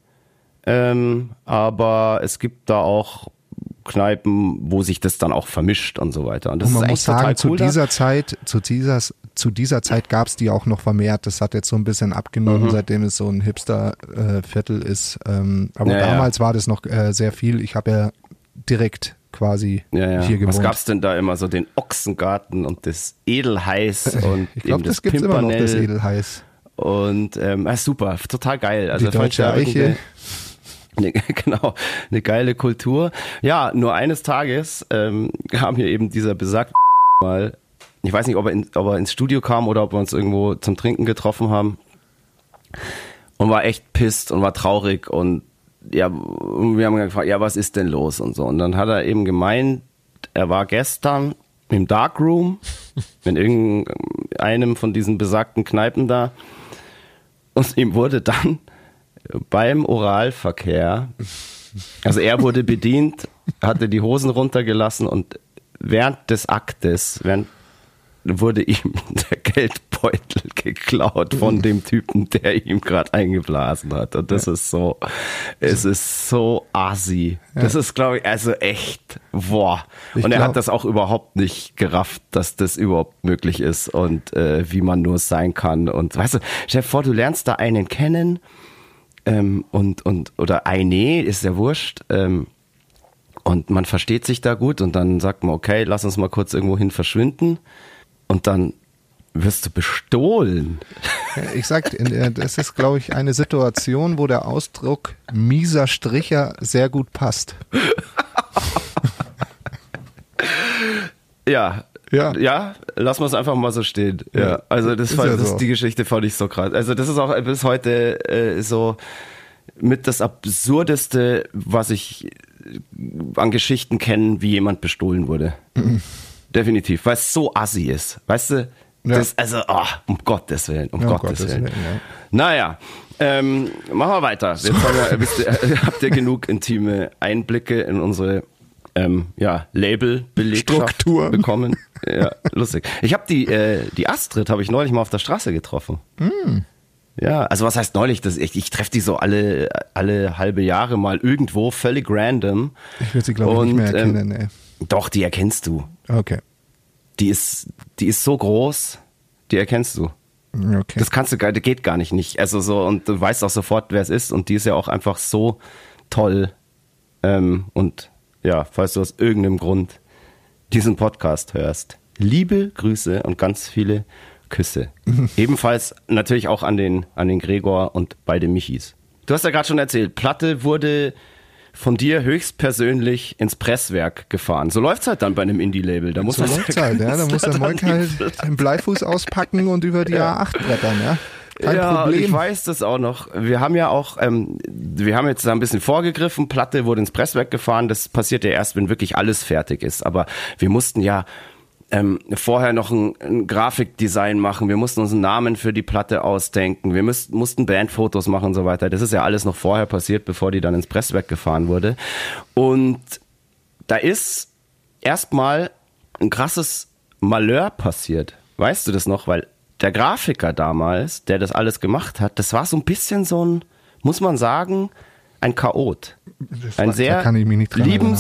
aber es gibt da auch Kneipen, wo sich das dann auch vermischt und so weiter. Und das man ist muss sagen, cool zu dieser Zeit gab es die auch noch vermehrt. Das hat jetzt so ein bisschen abgenommen, seitdem es so ein Hipster-Viertel ist. Aber damals war das noch sehr viel. Ich habe ja direkt quasi hier gewohnt. Was gab's denn da immer? So den Ochsengarten und das Edelheiß und ich glaube, das gibt's immer noch, das Edelheiß. Und super, total geil. Also die Deutsche Eiche. Genau, eine geile Kultur. Ja, nur eines Tages kam hier eben dieser besagte mal, ich weiß nicht, ob er ins Studio kam oder ob wir uns irgendwo zum Trinken getroffen haben und war echt pisst und war traurig und ja, wir haben gefragt, ja, was ist denn los und so. Und dann hat er eben gemeint, er war gestern im Darkroom in irgendeinem von diesen besagten Kneipen da und ihm wurde dann beim Oralverkehr, also er wurde bedient, hatte die Hosen runtergelassen und während des Aktes, wurde ihm der Geldbeutel geklaut von dem Typen, der ihm gerade eingeblasen hat. Und das ist so, es ist so assi. Das ist, glaube ich, also echt, boah. Und er hat das auch überhaupt nicht gerafft, dass das überhaupt möglich ist und wie man nur sein kann. Und weißt du, stell dir vor, du lernst da einen kennen, oder eine, ist ja wurscht, und man versteht sich da gut und dann sagt man, okay, lass uns mal kurz irgendwo hin verschwinden und dann wirst du bestohlen. Ich sag, das ist, glaube ich, eine Situation, wo der Ausdruck mieser Stricher sehr gut passt. Ja, lassen wir es einfach mal so stehen. Ja, also die Geschichte fand ich so krass. Also das ist auch bis heute so mit das Absurdeste, was ich an Geschichten kenne, wie jemand bestohlen wurde. Definitiv, weil es so assi ist. Weißt du? Das, um Gottes Willen, um Gottes Willen. Ja. Naja, machen wir weiter. Jetzt habt ihr genug intime Einblicke in unsere Label-Belegschaft bekommen. Ja, lustig. Ich habe die Astrid habe ich neulich mal auf der Straße getroffen. Ja, also was heißt neulich? Ich treffe die so alle halbe Jahre mal irgendwo, völlig random. Ich würde sie, glaube ich, nicht mehr erkennen. Ey. Doch, die erkennst du. Okay. Die ist so groß, die erkennst du. Okay. Das geht gar nicht. Also so, und du weißt auch sofort, wer es ist. Und die ist ja auch einfach so toll. Und ja, falls du aus irgendeinem Grund diesen Podcast hörst, liebe Grüße und ganz viele Küsse. Ebenfalls natürlich auch an den Gregor und beide Michis. Du hast ja gerade schon erzählt, Platte wurde von dir höchstpersönlich ins Presswerk gefahren. So läuft's halt dann bei einem Indie-Label. Da muss da muss der Moik halt den Bleifuß auspacken und über die A8 brettern, ja. Kein Problem. Ich weiß das auch noch. Wir haben ja auch, wir haben jetzt da ein bisschen vorgegriffen, Platte wurde ins Presswerk gefahren, das passiert ja erst, wenn wirklich alles fertig ist. Aber wir mussten ja vorher noch ein Grafikdesign machen, wir mussten uns einen Namen für die Platte ausdenken, wir mussten Bandfotos machen und so weiter. Das ist ja alles noch vorher passiert, bevor die dann ins Presswerk gefahren wurde. Und da ist erstmal ein krasses Malheur passiert. Weißt du das noch? Weil der Grafiker damals, der das alles gemacht hat, das war so ein bisschen so ein, muss man sagen, ein Chaot. Da kann ich mich nicht dran erinnern.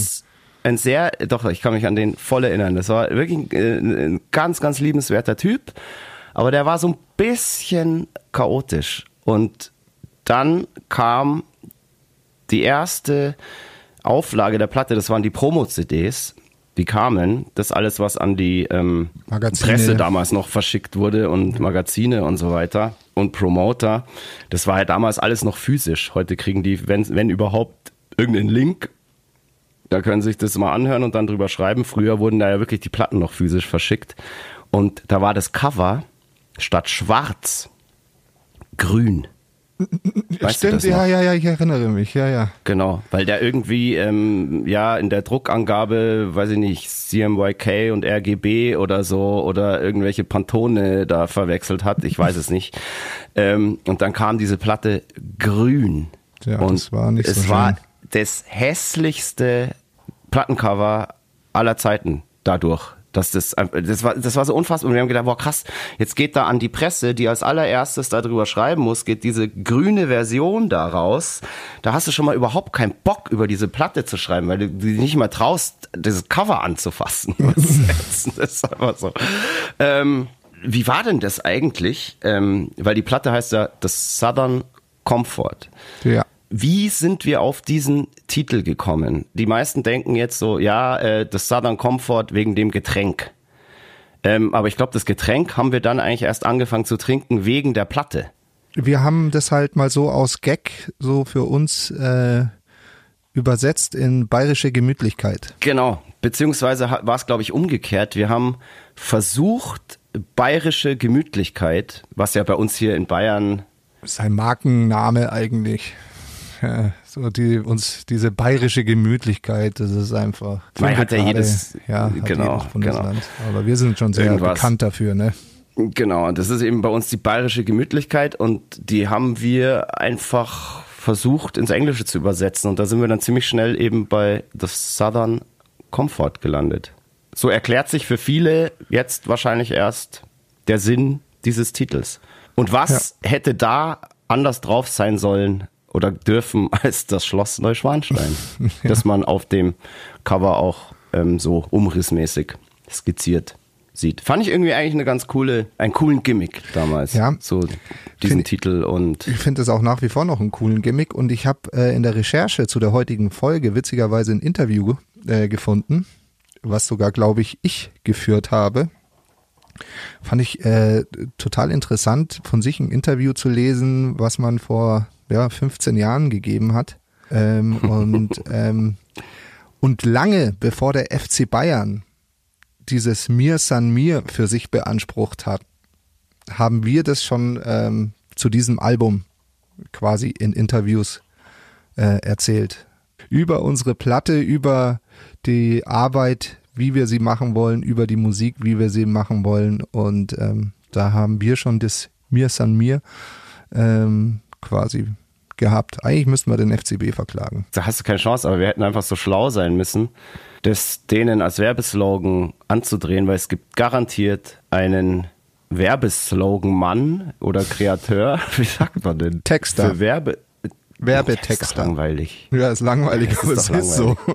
Ich kann mich an den voll erinnern. Das war wirklich ein ganz, ganz liebenswerter Typ. Aber der war so ein bisschen chaotisch. Und dann kam die erste Auflage der Platte, das waren die Promo-CDs. Die kamen, das alles, was an die Presse damals noch verschickt wurde und Magazine und so weiter und Promoter. Das war ja damals alles noch physisch. Heute kriegen die, wenn überhaupt, irgendeinen Link. Da können sie sich das mal anhören und dann drüber schreiben. Früher wurden da ja wirklich die Platten noch physisch verschickt. Und da war das Cover statt schwarz grün. Weißt Stimmt, ja, ich erinnere mich, ja. Genau, weil der irgendwie, in der Druckangabe, weiß ich nicht, CMYK und RGB oder so oder irgendwelche Pantone da verwechselt hat, ich weiß es nicht. Und dann kam diese Platte grün. Ja, und das war nicht so schön. Es war das hässlichste Plattencover aller Zeiten dadurch. Das war so unfassbar. Und wir haben gedacht, boah krass, jetzt geht da an die Presse, die als allererstes darüber schreiben muss, geht diese grüne Version da raus. Da hast du schon mal überhaupt keinen Bock, über diese Platte zu schreiben, weil du dich nicht mal traust, dieses Cover anzufassen. Das ist einfach so. Wie war denn das eigentlich? Weil die Platte heißt ja The Southern Comfort. Ja. Wie sind wir auf diesen Titel gekommen? Die meisten denken jetzt so, das Southern Comfort wegen dem Getränk. Aber ich glaube, das Getränk haben wir dann eigentlich erst angefangen zu trinken wegen der Platte. Wir haben das halt mal so aus Gag so für uns übersetzt in bayerische Gemütlichkeit. Genau, beziehungsweise war es, glaube ich, umgekehrt. Wir haben versucht, bayerische Gemütlichkeit, was ja bei uns hier in Bayern... Sein Markenname eigentlich. So diese bayerische Gemütlichkeit, das ist einfach. Man hat ja jedes Bundesland. Aber wir sind schon sehr bekannt dafür, ne? Genau, das ist eben bei uns die bayerische Gemütlichkeit und die haben wir einfach versucht ins Englische zu übersetzen und da sind wir dann ziemlich schnell eben bei The Southern Comfort gelandet. So erklärt sich für viele jetzt wahrscheinlich erst der Sinn dieses Titels. Und was hätte da anders drauf sein sollen oder dürfen als das Schloss Neuschwanstein, das man auf dem Cover auch so umrissmäßig skizziert sieht. Fand ich irgendwie eigentlich einen coolen Gimmick damals. Ja. So diesen Titel und. Ich finde es auch nach wie vor noch einen coolen Gimmick und ich habe in der Recherche zu der heutigen Folge witzigerweise ein Interview gefunden, was sogar, glaube ich geführt habe. Fand ich total interessant, von sich ein Interview zu lesen, was man vor 15 Jahren gegeben hat. Und lange bevor der FC Bayern dieses Mir San Mir für sich beansprucht hat, haben wir das schon zu diesem Album quasi in Interviews erzählt. Über unsere Platte, über die Arbeit, wie wir sie machen wollen, über die Musik, wie wir sie machen wollen. Und da haben wir schon das Mir San Mir quasi gehabt. Eigentlich müssten wir den FCB verklagen. Da hast du keine Chance, aber wir hätten einfach so schlau sein müssen, das denen als Werbeslogan anzudrehen, weil es gibt garantiert einen Werbeslogan-Mann oder Kreateur, wie sagt man denn? Texter. Für Werbetexter. Das ist doch langweilig. Ja, ist langweilig, Das aber ist es doch ist so.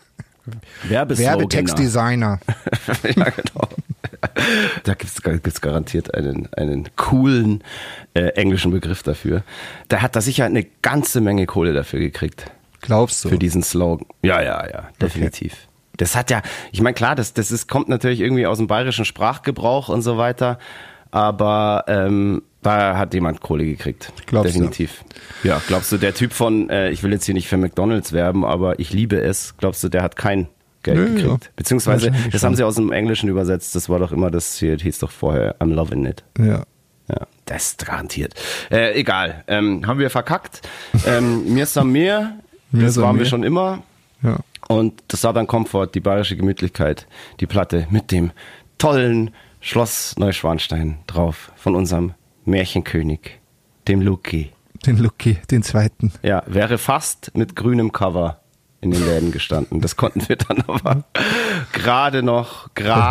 Werbetextdesigner. Ja, genau. Da gibt's garantiert einen coolen englischen Begriff dafür. Da hat er sicher eine ganze Menge Kohle dafür gekriegt. Glaubst du? Für diesen Slogan. Ja, definitiv. Okay. Das hat ja, ich meine, klar, kommt natürlich irgendwie aus dem bayerischen Sprachgebrauch und so weiter, aber da hat jemand Kohle gekriegt. Glaubst definitiv. Du? Ja, glaubst du, der Typ von, ich will jetzt hier nicht für McDonald's werben, aber ich liebe es, glaubst du, der hat kein Geld gekriegt? Ja. Beziehungsweise, das haben sie aus dem Englischen übersetzt, das war doch immer, das hier hieß doch vorher, I'm loving it. Ja. Ja, das ist garantiert. Egal, haben wir verkackt. Mir Sam mir, das waren wir schon immer. Ja. Und das Southern Comfort, die bayerische Gemütlichkeit, die Platte mit dem tollen Schloss Neuschwanstein drauf von unserem Märchenkönig, dem Lucky. Den Lucky, den zweiten. Ja, wäre fast mit grünem Cover in den Läden gestanden. Das konnten wir dann aber gerade noch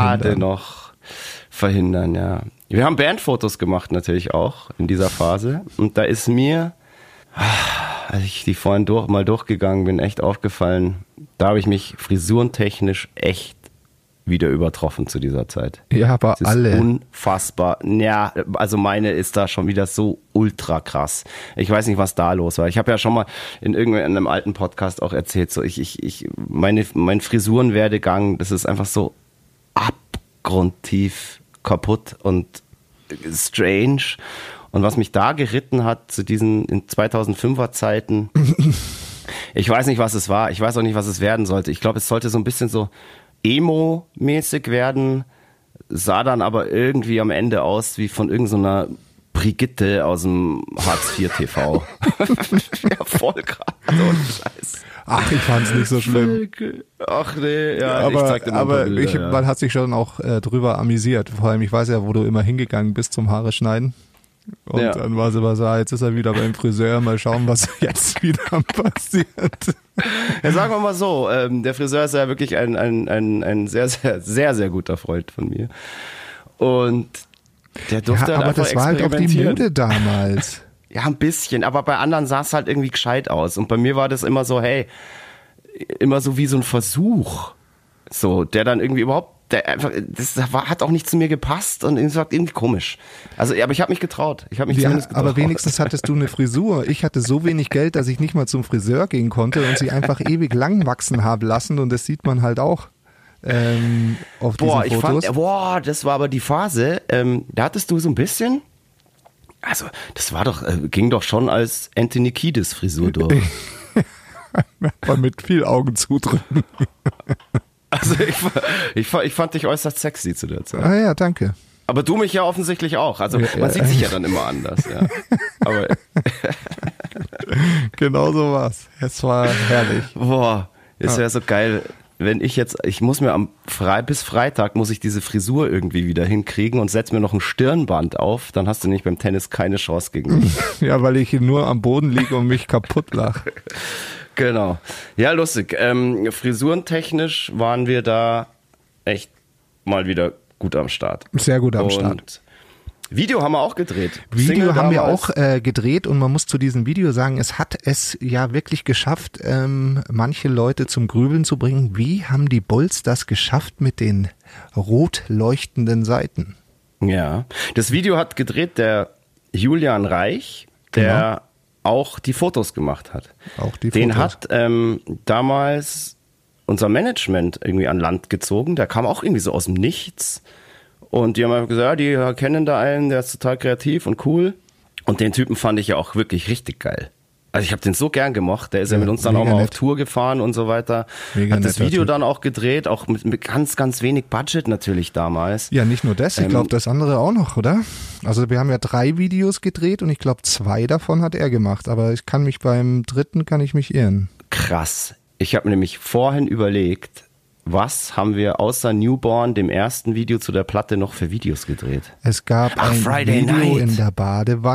verhindern, ja. Wir haben Bandfotos gemacht natürlich auch in dieser Phase und da ist mir, als ich die vorhin mal durchgegangen bin, echt aufgefallen, da habe ich mich frisurentechnisch echt wieder übertroffen zu dieser Zeit. Ja, aber das ist alle. Unfassbar. Ja, also meine ist da schon wieder so ultra krass. Ich weiß nicht, was da los war. Ich habe ja schon mal in einem alten Podcast auch erzählt, so mein Frisurenwerdegang, das ist einfach so abgrundtief kaputt und strange. Und was mich da geritten hat zu diesen in 2005er Zeiten, ich weiß nicht, was es war. Ich weiß auch nicht, was es werden sollte. Ich glaube, es sollte so ein bisschen so Emo-mäßig werden, sah dann aber irgendwie am Ende aus wie von irgendeiner Brigitte aus dem Hartz-IV-TV. Ja, voll krass. Ohne Scheiß. Ach, ich fand's nicht so schlimm. Ach nee, ja, aber, ich zeig dir mal ein paar Bilder, man hat sich schon auch drüber amüsiert. Vor allem, ich weiß ja, wo du immer hingegangen bist zum Haare schneiden. Und dann war es aber so, jetzt ist er wieder beim Friseur, mal schauen, was jetzt wieder passiert. Ja, sagen wir mal so, der Friseur ist ja wirklich ein sehr, sehr, sehr, sehr guter Freund von mir. Und der durfte aber das war halt auch die Mode damals. Ja, ein bisschen, aber bei anderen sah es halt irgendwie gescheit aus. Und bei mir war das immer so, hey, immer so wie so ein Versuch, so, der dann irgendwie hat auch nicht zu mir gepasst und es war irgendwie komisch. Also, aber ich habe mich getraut. Aber wenigstens hattest du eine Frisur. Ich hatte so wenig Geld, dass ich nicht mal zum Friseur gehen konnte und sie einfach ewig lang wachsen habe lassen und das sieht man halt auch auf diesen Fotos. Das war aber die Phase, da hattest du so ein bisschen, also das ging doch schon als Anthony Kiedis Frisur durch. Aber mit viel Augen zudrücken. Also ich fand dich äußerst sexy zu der Zeit. Ah ja, danke. Aber du mich ja offensichtlich auch. Also man sieht sich ja dann immer anders. Ja. Aber genau so war's. Es war herrlich. Boah, es wäre so geil, wenn ich muss mir bis Freitag muss ich diese Frisur irgendwie wieder hinkriegen und setz mir noch ein Stirnband auf, dann hast du nicht beim Tennis keine Chance gegen mich. Ja, weil ich nur am Boden liege und mich kaputt lache. Genau. Ja, lustig. Frisurentechnisch waren wir da echt mal wieder gut am Start. Sehr gut am Start. Video haben wir auch gedreht. Video haben wir auch gedreht und man muss zu diesem Video sagen, es hat es ja wirklich geschafft, manche Leute zum Grübeln zu bringen. Wie haben die Bulls das geschafft mit den rot leuchtenden Seiten? Ja, das Video hat gedreht der Julian Reich, der auch die Fotos gemacht hat. Auch die Den Fotos. hat damals unser Management irgendwie an Land gezogen. Der kam auch irgendwie so aus dem Nichts. Und die haben einfach gesagt, ja, die kennen da einen, der ist total kreativ und cool. Und den Typen fand ich ja auch wirklich richtig geil. Also ich habe den so gern gemocht. Der ist ja mit uns dann auch mal auf Tour gefahren und so weiter. Hat das Video dann auch gedreht, auch mit ganz, ganz wenig Budget natürlich damals. Ja, nicht nur das, ich glaube das andere auch noch, oder? Also wir haben ja 3 Videos gedreht und ich glaube 2 davon hat er gemacht. Aber beim dritten kann ich mich irren. Krass. Ich habe mir nämlich vorhin überlegt, was haben wir außer Newborn, dem ersten Video zu der Platte, noch für Videos gedreht? Es gab ein Friday Video Night. in der Badewanne.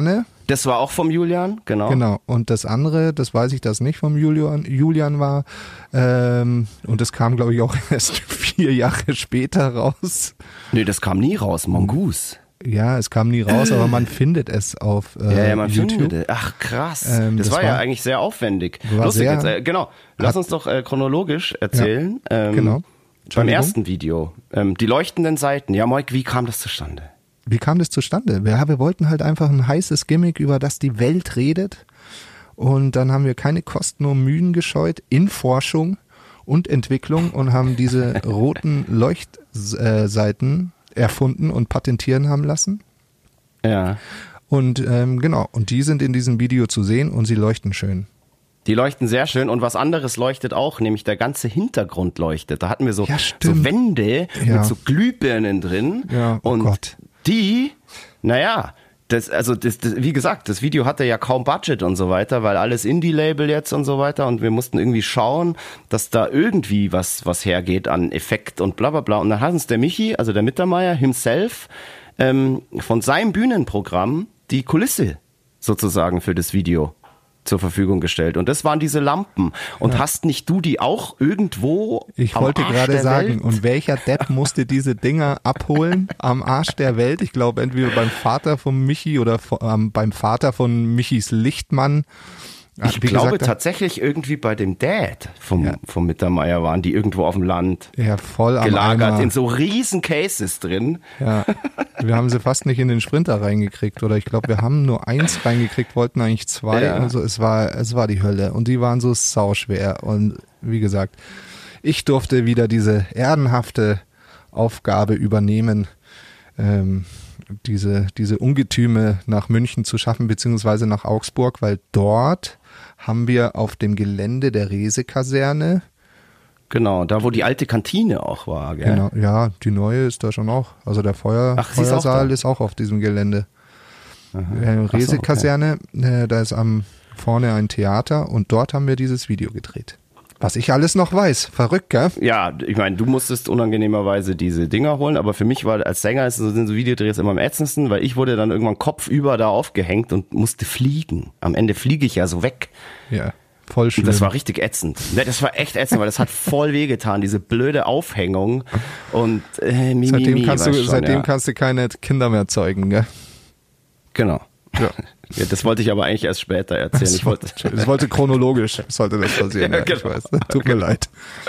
Das war auch vom Julian, genau. Genau. Und das andere, das weiß ich, dass nicht vom Julian war. Und das kam, glaube ich, auch erst 4 Jahre später raus. Nee, das kam nie raus, Mongoose. Ja, es kam nie raus, aber man findet es auf man YouTube. findet es. Ach krass, das war ja eigentlich sehr aufwendig. Lustig jetzt, genau. Lass uns doch chronologisch erzählen. Ja, genau. Beim ersten Video, die leuchtenden Seiten. Ja, Moik, wie kam das zustande? Wie kam das zustande? Wir wollten halt einfach ein heißes Gimmick, über das die Welt redet. Und dann haben wir keine Kosten und Mühen gescheut in Forschung und Entwicklung und haben diese roten Leuchtseiten erfunden und patentieren haben lassen. Ja. Und genau, und die sind in diesem Video zu sehen und sie leuchten schön. Die leuchten sehr schön und was anderes leuchtet auch, nämlich der ganze Hintergrund leuchtet. Da hatten wir so Wände mit so Glühbirnen drin. Ja, oh und Gott. Die, naja, wie gesagt, das Video hatte ja kaum Budget und so weiter, weil alles Indie-Label jetzt und so weiter und wir mussten irgendwie schauen, dass da irgendwie was hergeht an Effekt und bla bla bla. Und dann hat uns der Michi, also der Mittermeier himself, von seinem Bühnenprogramm die Kulisse sozusagen für das Video zur Verfügung gestellt. Und das waren diese Lampen. Und hast nicht du die auch irgendwo Ich am wollte Arsch gerade der sagen, Welt? und welcher Depp musste diese Dinger abholen am Arsch der Welt? Ich glaube, entweder beim Vater von Michi oder beim Vater von Michis Lichtmann. Ich glaube tatsächlich irgendwie bei dem Dad vom Mittermeier waren die irgendwo auf dem Land voll am gelagert, Eimer. in so riesen Cases drin. Ja, wir haben sie fast nicht in den Sprinter reingekriegt oder ich glaube, wir haben nur 1 reingekriegt, wollten eigentlich 2. Ja. Also es war die Hölle und die waren so sauschwer und wie gesagt, ich durfte wieder diese ehrenhafte Aufgabe übernehmen, diese Ungetüme nach München zu schaffen, beziehungsweise nach Augsburg, weil dort haben wir auf dem Gelände der Rehse-Kaserne. Genau, da wo die alte Kantine auch war, gell? Genau, ja, die neue ist da schon auch. Also der Feuersaal ist auch auf diesem Gelände. Rehse-Kaserne, da ist vorne ein Theater und dort haben wir dieses Video gedreht. Was ich alles noch weiß. Verrückt, gell? Ja, ich meine, du musstest unangenehmerweise diese Dinger holen, aber für mich war als Sänger sind so Videodrehs immer am ätzendsten, weil ich wurde dann irgendwann kopfüber da aufgehängt und musste fliegen. Am Ende fliege ich ja so weg. Ja, voll schlimm. Das war richtig ätzend. Ne, das war echt ätzend, weil das hat voll wehgetan, diese blöde Aufhängung. Und seitdem kannst du keine Kinder mehr zeugen, gell? Genau. Ja. Ja, das wollte ich aber eigentlich erst später erzählen. Ich wollte chronologisch, sollte das passieren. Ja, genau. Ich weiß. Tut mir leid.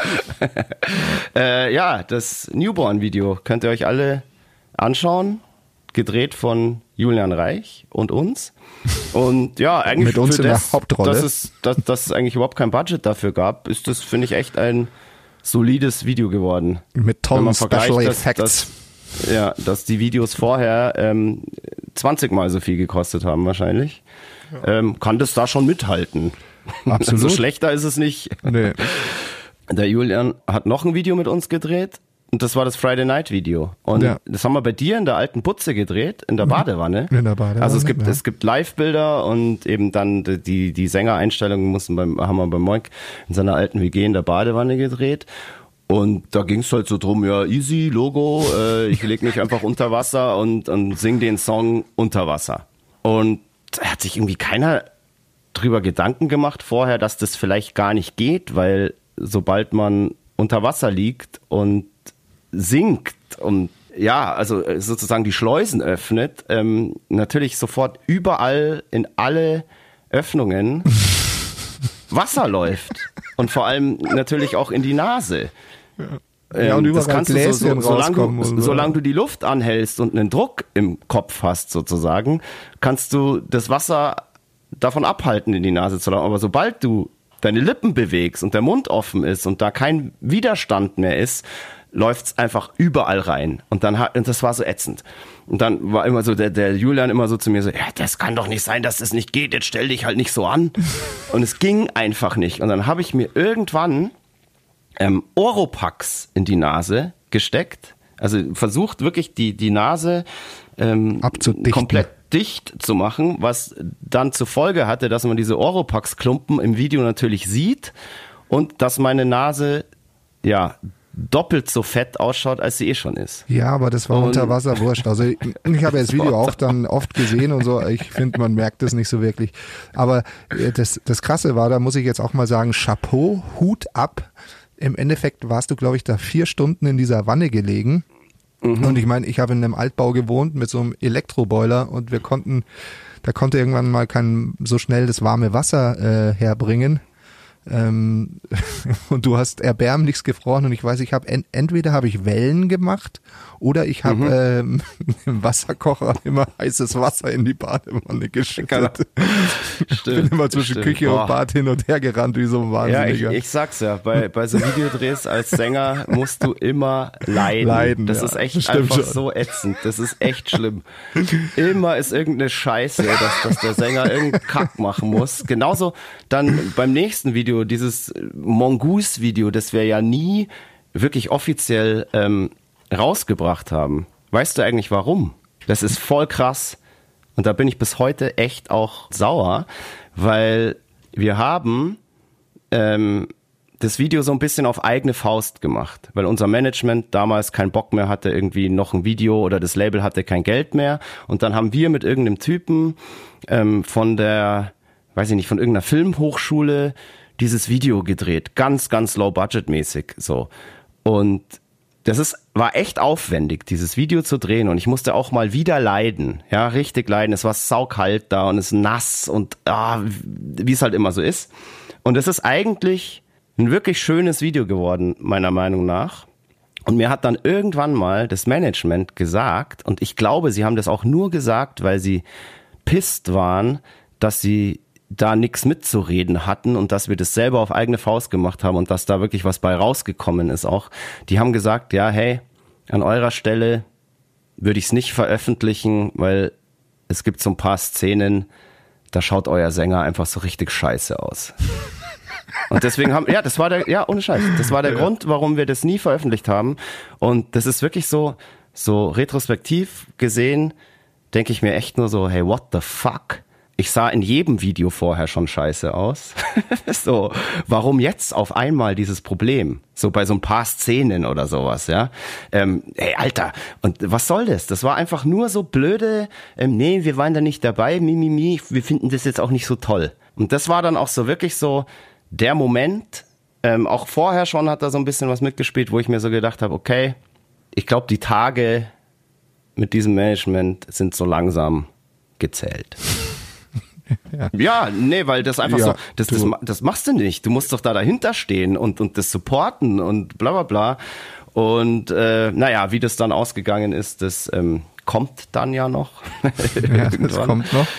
Ja, das Newborn-Video könnt ihr euch alle anschauen. Gedreht von Julian Reich und uns. Und ja, eigentlich mit uns für in der Hauptrolle. Dass es eigentlich überhaupt kein Budget dafür gab, ist das, finde ich, echt ein solides Video geworden. Mit tollen Special Effects. Dass die Videos vorher 20 Mal so viel gekostet haben wahrscheinlich. Kann das da schon mithalten. Absolut. So schlechter ist es nicht. Nee. Der Julian hat noch ein Video mit uns gedreht und das war das Friday Night Video. Und das haben wir bei dir in der alten Butze gedreht, in der Badewanne. In der Badewanne. Also es gibt Live-Bilder und eben dann die Sängereinstellungen haben wir bei Moik in seiner alten WG in der Badewanne gedreht. Und da ging es halt so drum, ja, easy, Logo, ich leg mich einfach unter Wasser und sing den Song unter Wasser. Und da hat sich irgendwie keiner drüber Gedanken gemacht vorher, dass das vielleicht gar nicht geht, weil sobald man unter Wasser liegt und singt und ja, also sozusagen die Schleusen öffnet, natürlich sofort überall in alle Öffnungen Wasser läuft. Und vor allem natürlich auch in die Nase. Ja, und überall das kannst Bläschen du solange du die Luft anhältst und einen Druck im Kopf hast sozusagen, kannst du das Wasser davon abhalten, in die Nase zu laufen. Aber sobald du deine Lippen bewegst und der Mund offen ist und da kein Widerstand mehr ist, läuft's einfach überall rein. Und das war so ätzend. Und dann war immer so der Julian immer so zu mir so, ja, das kann doch nicht sein, dass das nicht geht, jetzt stell dich halt nicht so an. Und es ging einfach nicht. Und dann habe ich mir irgendwann Oropax in die Nase gesteckt. Also versucht wirklich die Nase komplett dicht zu machen, was dann zur Folge hatte, dass man diese Oropax-Klumpen im Video natürlich sieht und dass meine Nase ja doppelt so fett ausschaut, als sie schon ist. Ja, aber das war unter Wasser wurscht. Also ich habe ja das Video auch dann oft gesehen und so. Ich finde, man merkt das nicht so wirklich. Aber das Krasse war, da muss ich jetzt auch mal sagen, Chapeau, Hut ab. Im Endeffekt warst du, glaube ich, da 4 Stunden in dieser Wanne gelegen. Und ich meine, ich habe in einem Altbau gewohnt mit so einem Elektroboiler und da konnte irgendwann mal kein so schnell das warme Wasser herbringen. Und du hast erbärmlichst gefroren und ich weiß, entweder habe ich Wellen gemacht oder ich habe im Wasserkocher immer heißes Wasser in die Badewanne geschüttet. Ich bin immer zwischen Küche und Bad hin und her gerannt wie so ein Wahnsinniger. Ja, ich sag's ja, bei so Videodrehs als Sänger musst du immer leiden. Das ist echt einfach schon so ätzend. Das ist echt schlimm. Immer ist irgendeine Scheiße, dass der Sänger irgendeinen Kack machen muss. Genauso dann beim nächsten Video, dieses Mongoose-Video, das wir ja nie wirklich offiziell rausgebracht haben. Weißt du eigentlich warum? Das ist voll krass und da bin ich bis heute echt auch sauer, weil wir haben das Video so ein bisschen auf eigene Faust gemacht, weil unser Management damals keinen Bock mehr hatte, irgendwie noch ein Video oder das Label hatte kein Geld mehr und dann haben wir mit irgendeinem Typen von irgendeiner Filmhochschule dieses Video gedreht, ganz, ganz low-budget-mäßig, so. Und war echt aufwendig, dieses Video zu drehen und ich musste auch mal wieder leiden, ja, richtig leiden. Es war saukalt da und es ist nass und wie es halt immer so ist. Und es ist eigentlich ein wirklich schönes Video geworden, meiner Meinung nach. Und mir hat dann irgendwann mal das Management gesagt, und ich glaube, sie haben das auch nur gesagt, weil sie pisst waren, dass sie da nichts mitzureden hatten und dass wir das selber auf eigene Faust gemacht haben und dass da wirklich was bei rausgekommen ist auch. Die haben gesagt, ja, hey, an eurer Stelle würde ich es nicht veröffentlichen, weil es gibt so ein paar Szenen, da schaut euer Sänger einfach so richtig scheiße aus. Und deswegen das war der Grund, warum wir das nie veröffentlicht haben. Und das ist wirklich so retrospektiv gesehen, denke ich mir echt nur so, hey, what the fuck? Ich sah in jedem Video vorher schon scheiße aus. So, warum jetzt auf einmal dieses Problem? So bei so ein paar Szenen oder sowas, ja. Ey, Alter, und was soll das? Das war einfach nur so blöde, nee, wir waren da nicht dabei, wir finden das jetzt auch nicht so toll. Und das war dann auch so wirklich so der Moment, auch vorher schon hat da so ein bisschen was mitgespielt, wo ich mir so gedacht habe, okay, ich glaube, die Tage mit diesem Management sind so langsam gezählt. Ja, nee, weil das einfach so, das machst du nicht. Du musst doch da dahinter stehen und das supporten und bla bla bla. Und wie das dann ausgegangen ist, das kommt dann ja noch. Ja, das kommt noch.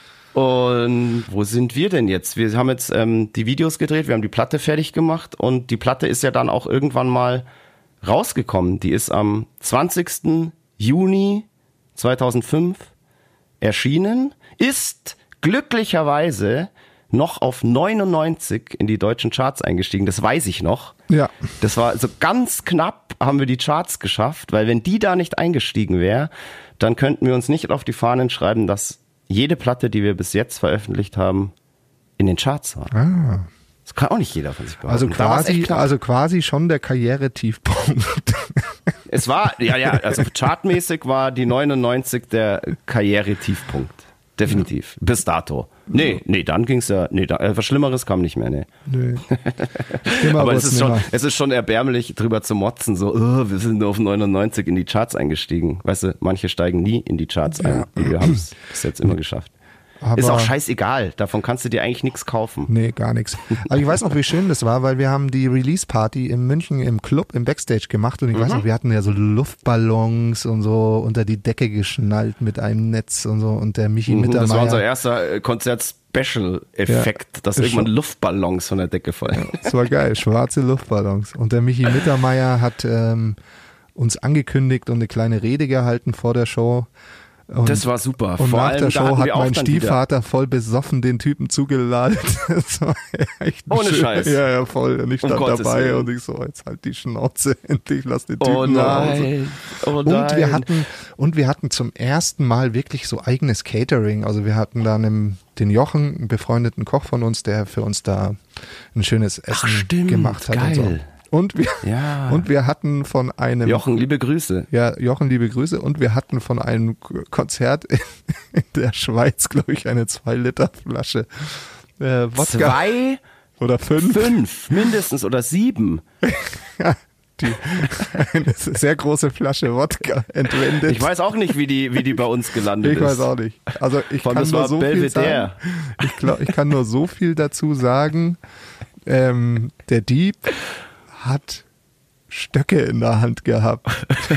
Und wo sind wir denn jetzt? Wir haben jetzt die Videos gedreht, wir haben die Platte fertig gemacht und die Platte ist ja dann auch irgendwann mal rausgekommen. Die ist am 20. Juni 2005 erschienen, ist glücklicherweise noch auf 99 in die deutschen Charts eingestiegen. Das weiß ich noch. Ja. Das war so ganz knapp, haben wir die Charts geschafft, weil wenn die da nicht eingestiegen wäre, dann könnten wir uns nicht auf die Fahnen schreiben, dass jede Platte, die wir bis jetzt veröffentlicht haben, in den Charts war. Ah. Das kann auch nicht jeder von sich behaupten. Also quasi schon der Karrieretiefpunkt. Es war, also chartmäßig war die 99 der Karrieretiefpunkt. Definitiv. Bis dato. Nee, dann ging's ja, was Schlimmeres kam nicht mehr, nee. Aber es ist schon erbärmlich, drüber zu motzen, so, wir sind nur auf 99 in die Charts eingestiegen. Weißt du, manche steigen nie in die Charts ein. Und wir haben es bis jetzt immer geschafft. Aber ist auch scheißegal, davon kannst du dir eigentlich nichts kaufen. Nee, gar nichts. Aber ich weiß noch, wie schön das war, weil wir haben die Release-Party in München im Club, im Backstage gemacht und ich weiß noch, wir hatten ja so Luftballons und so unter die Decke geschnallt mit einem Netz und so und der Michi Mittermeier. Das war unser erster Konzert-Special-Effekt, dass irgendwann Luftballons von der Decke fallen. Ja, das war geil, schwarze Luftballons. Und der Michi Mittermeier hat uns angekündigt und eine kleine Rede gehalten vor der Show. Und das war super. Und nach der Show hat mein Stiefvater voll besoffen den Typen zugeladen. Das war echt ohne schön. Scheiß. Ja, voll. Und ich stand dabei und ich so, jetzt halt die Schnauze endlich, lass den Typen nach Hause. Und wir hatten zum ersten Mal wirklich so eigenes Catering. Also wir hatten dann den Jochen, einen befreundeten Koch von uns, der für uns da ein schönes Essen gemacht hat. Geil. Und so. Und wir hatten von einem... Jochen, liebe Grüße. Ja, Jochen, liebe Grüße. Und wir hatten von einem Konzert in der Schweiz, glaube ich, eine 2-Liter-Flasche Wodka. 2 oder 5? 5, mindestens, oder 7. Eine sehr große Flasche Wodka entwendet. Ich weiß auch nicht, wie die bei uns gelandet ist. Ich weiß auch nicht. Also ich kann nur so viel sagen. Ich kann nur so viel dazu sagen. Der Dieb hat Stöcke in der Hand gehabt.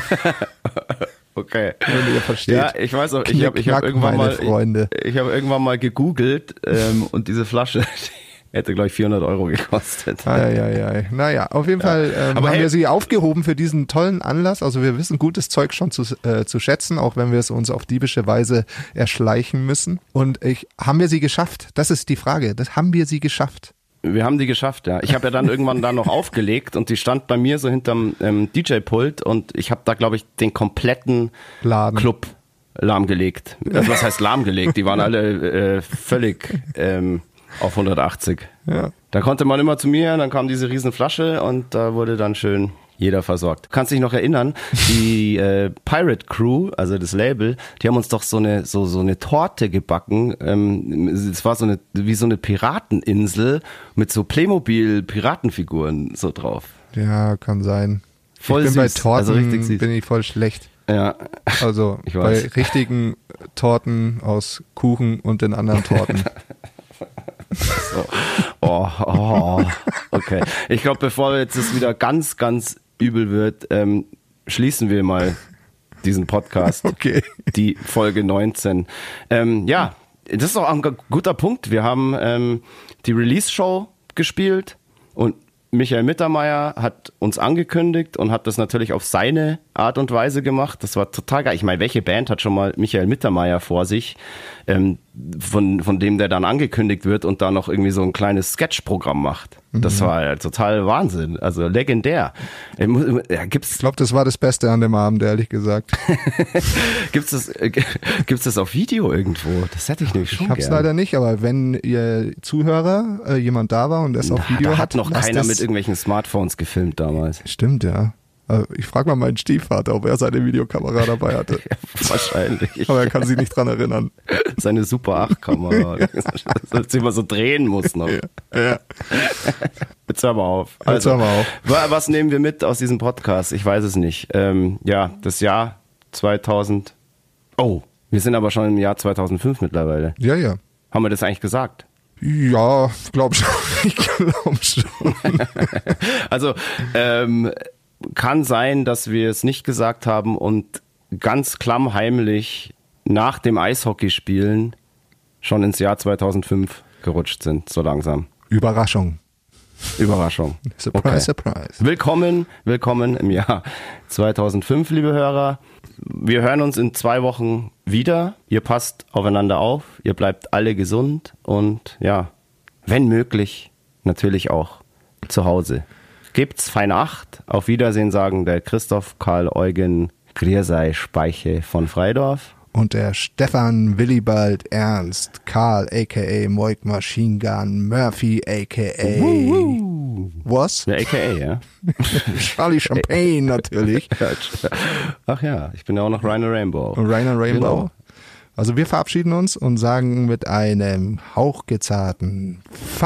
Okay. Wenn ihr versteht. Ja, ich weiß auch. Ich hab irgendwann mal gegoogelt und diese Flasche hätte, glaube ich, 400 € gekostet. Naja, auf jeden Fall haben wir sie aufgehoben für diesen tollen Anlass. Also wir wissen gutes Zeug schon zu schätzen, auch wenn wir es uns auf diebische Weise erschleichen müssen. Und haben wir sie geschafft? Das ist die Frage. Haben wir sie geschafft? Wir haben die geschafft, ja. Ich habe ja dann irgendwann da noch aufgelegt und die stand bei mir so hinterm DJ-Pult und ich habe da, glaube ich, den kompletten Club lahmgelegt. Also was heißt lahmgelegt? Die waren alle völlig... auf 180. Ja. Da konnte man immer zu mir, dann kam diese riesen Flasche und da wurde dann schön jeder versorgt. Du kannst dich noch erinnern, die Pirate Crew, also das Label, die haben uns doch so eine Torte gebacken. Es war wie so eine Pirateninsel mit so Playmobil-Piratenfiguren so drauf. Ja, kann sein. Voll ich bin süß. Bei Torten also richtig süß. Bin ich voll schlecht. Ja. Also bei richtigen Torten aus Kuchen und den anderen Torten. So. Okay. Ich glaube, bevor jetzt das wieder ganz, ganz übel wird, schließen wir mal diesen Podcast. Okay. Die Folge 19. Ja, das ist auch ein guter Punkt. Wir haben die Release-Show gespielt und Michael Mittermeier hat uns angekündigt und hat das natürlich auf seine Art und Weise gemacht. Das war total geil. Ich meine, welche Band hat schon mal Michael Mittermeier vor sich, von dem der dann angekündigt wird und da noch irgendwie so ein kleines Sketchprogramm macht? Das war ja total Wahnsinn. Also legendär. Ich glaube, das war das Beste an dem Abend, ehrlich gesagt. Gibt's das auf Video irgendwo? Das hätte ich nämlich schon Ich hab's leider nicht, aber wenn ihr Zuhörer jemand da war und es auf Video hat noch keiner mit irgendwelchen Smartphones gefilmt damals. Stimmt, ja. Ich frage mal meinen Stiefvater, ob er seine Videokamera dabei hatte. Ja, wahrscheinlich. Aber er kann sich nicht dran erinnern. Seine Super 8-Kamera, dass sie immer so drehen muss noch. Ja. Jetzt hör mal auf. Was nehmen wir mit aus diesem Podcast? Ich weiß es nicht. Das Jahr 2000. Oh, wir sind aber schon im Jahr 2005 mittlerweile. Ja. Haben wir das eigentlich gesagt? Ja, glaub schon. Ich glaube schon. Also, kann sein, dass wir es nicht gesagt haben und ganz klammheimlich nach dem Eishockeyspielen schon ins Jahr 2005 gerutscht sind, so langsam. Überraschung. Surprise, okay. Surprise. Willkommen im Jahr 2005, liebe Hörer. Wir hören uns in 2 Wochen wieder. Ihr passt aufeinander auf, ihr bleibt alle gesund und ja, wenn möglich, natürlich auch zu Hause. Gebt's fein Acht. Auf Wiedersehen sagen der Christoph Karl Eugen Griersei Speiche von Freidorf. Und der Stefan Willibald Ernst Karl a.k.a. Moik Machine Gun Murphy a.k.a. Was? Ja, a.k.a., ja. Charlie Champagne natürlich. Ach ja, ich bin ja auch noch Rainer Rainbow. Genau. Also wir verabschieden uns und sagen mit einem hauchgezarten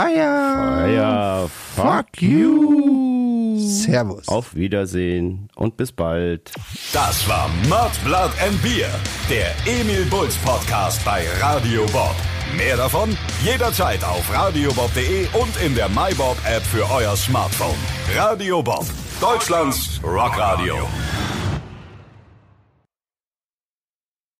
Fire, fuck you. Servus. Auf Wiedersehen und bis bald. Das war Mud, Blood and Beer, der Emil Bulls Podcast bei Radio Bob. Mehr davon jederzeit auf radiobob.de und in der MyBob App für euer Smartphone. Radio Bob, Deutschlands Rockradio.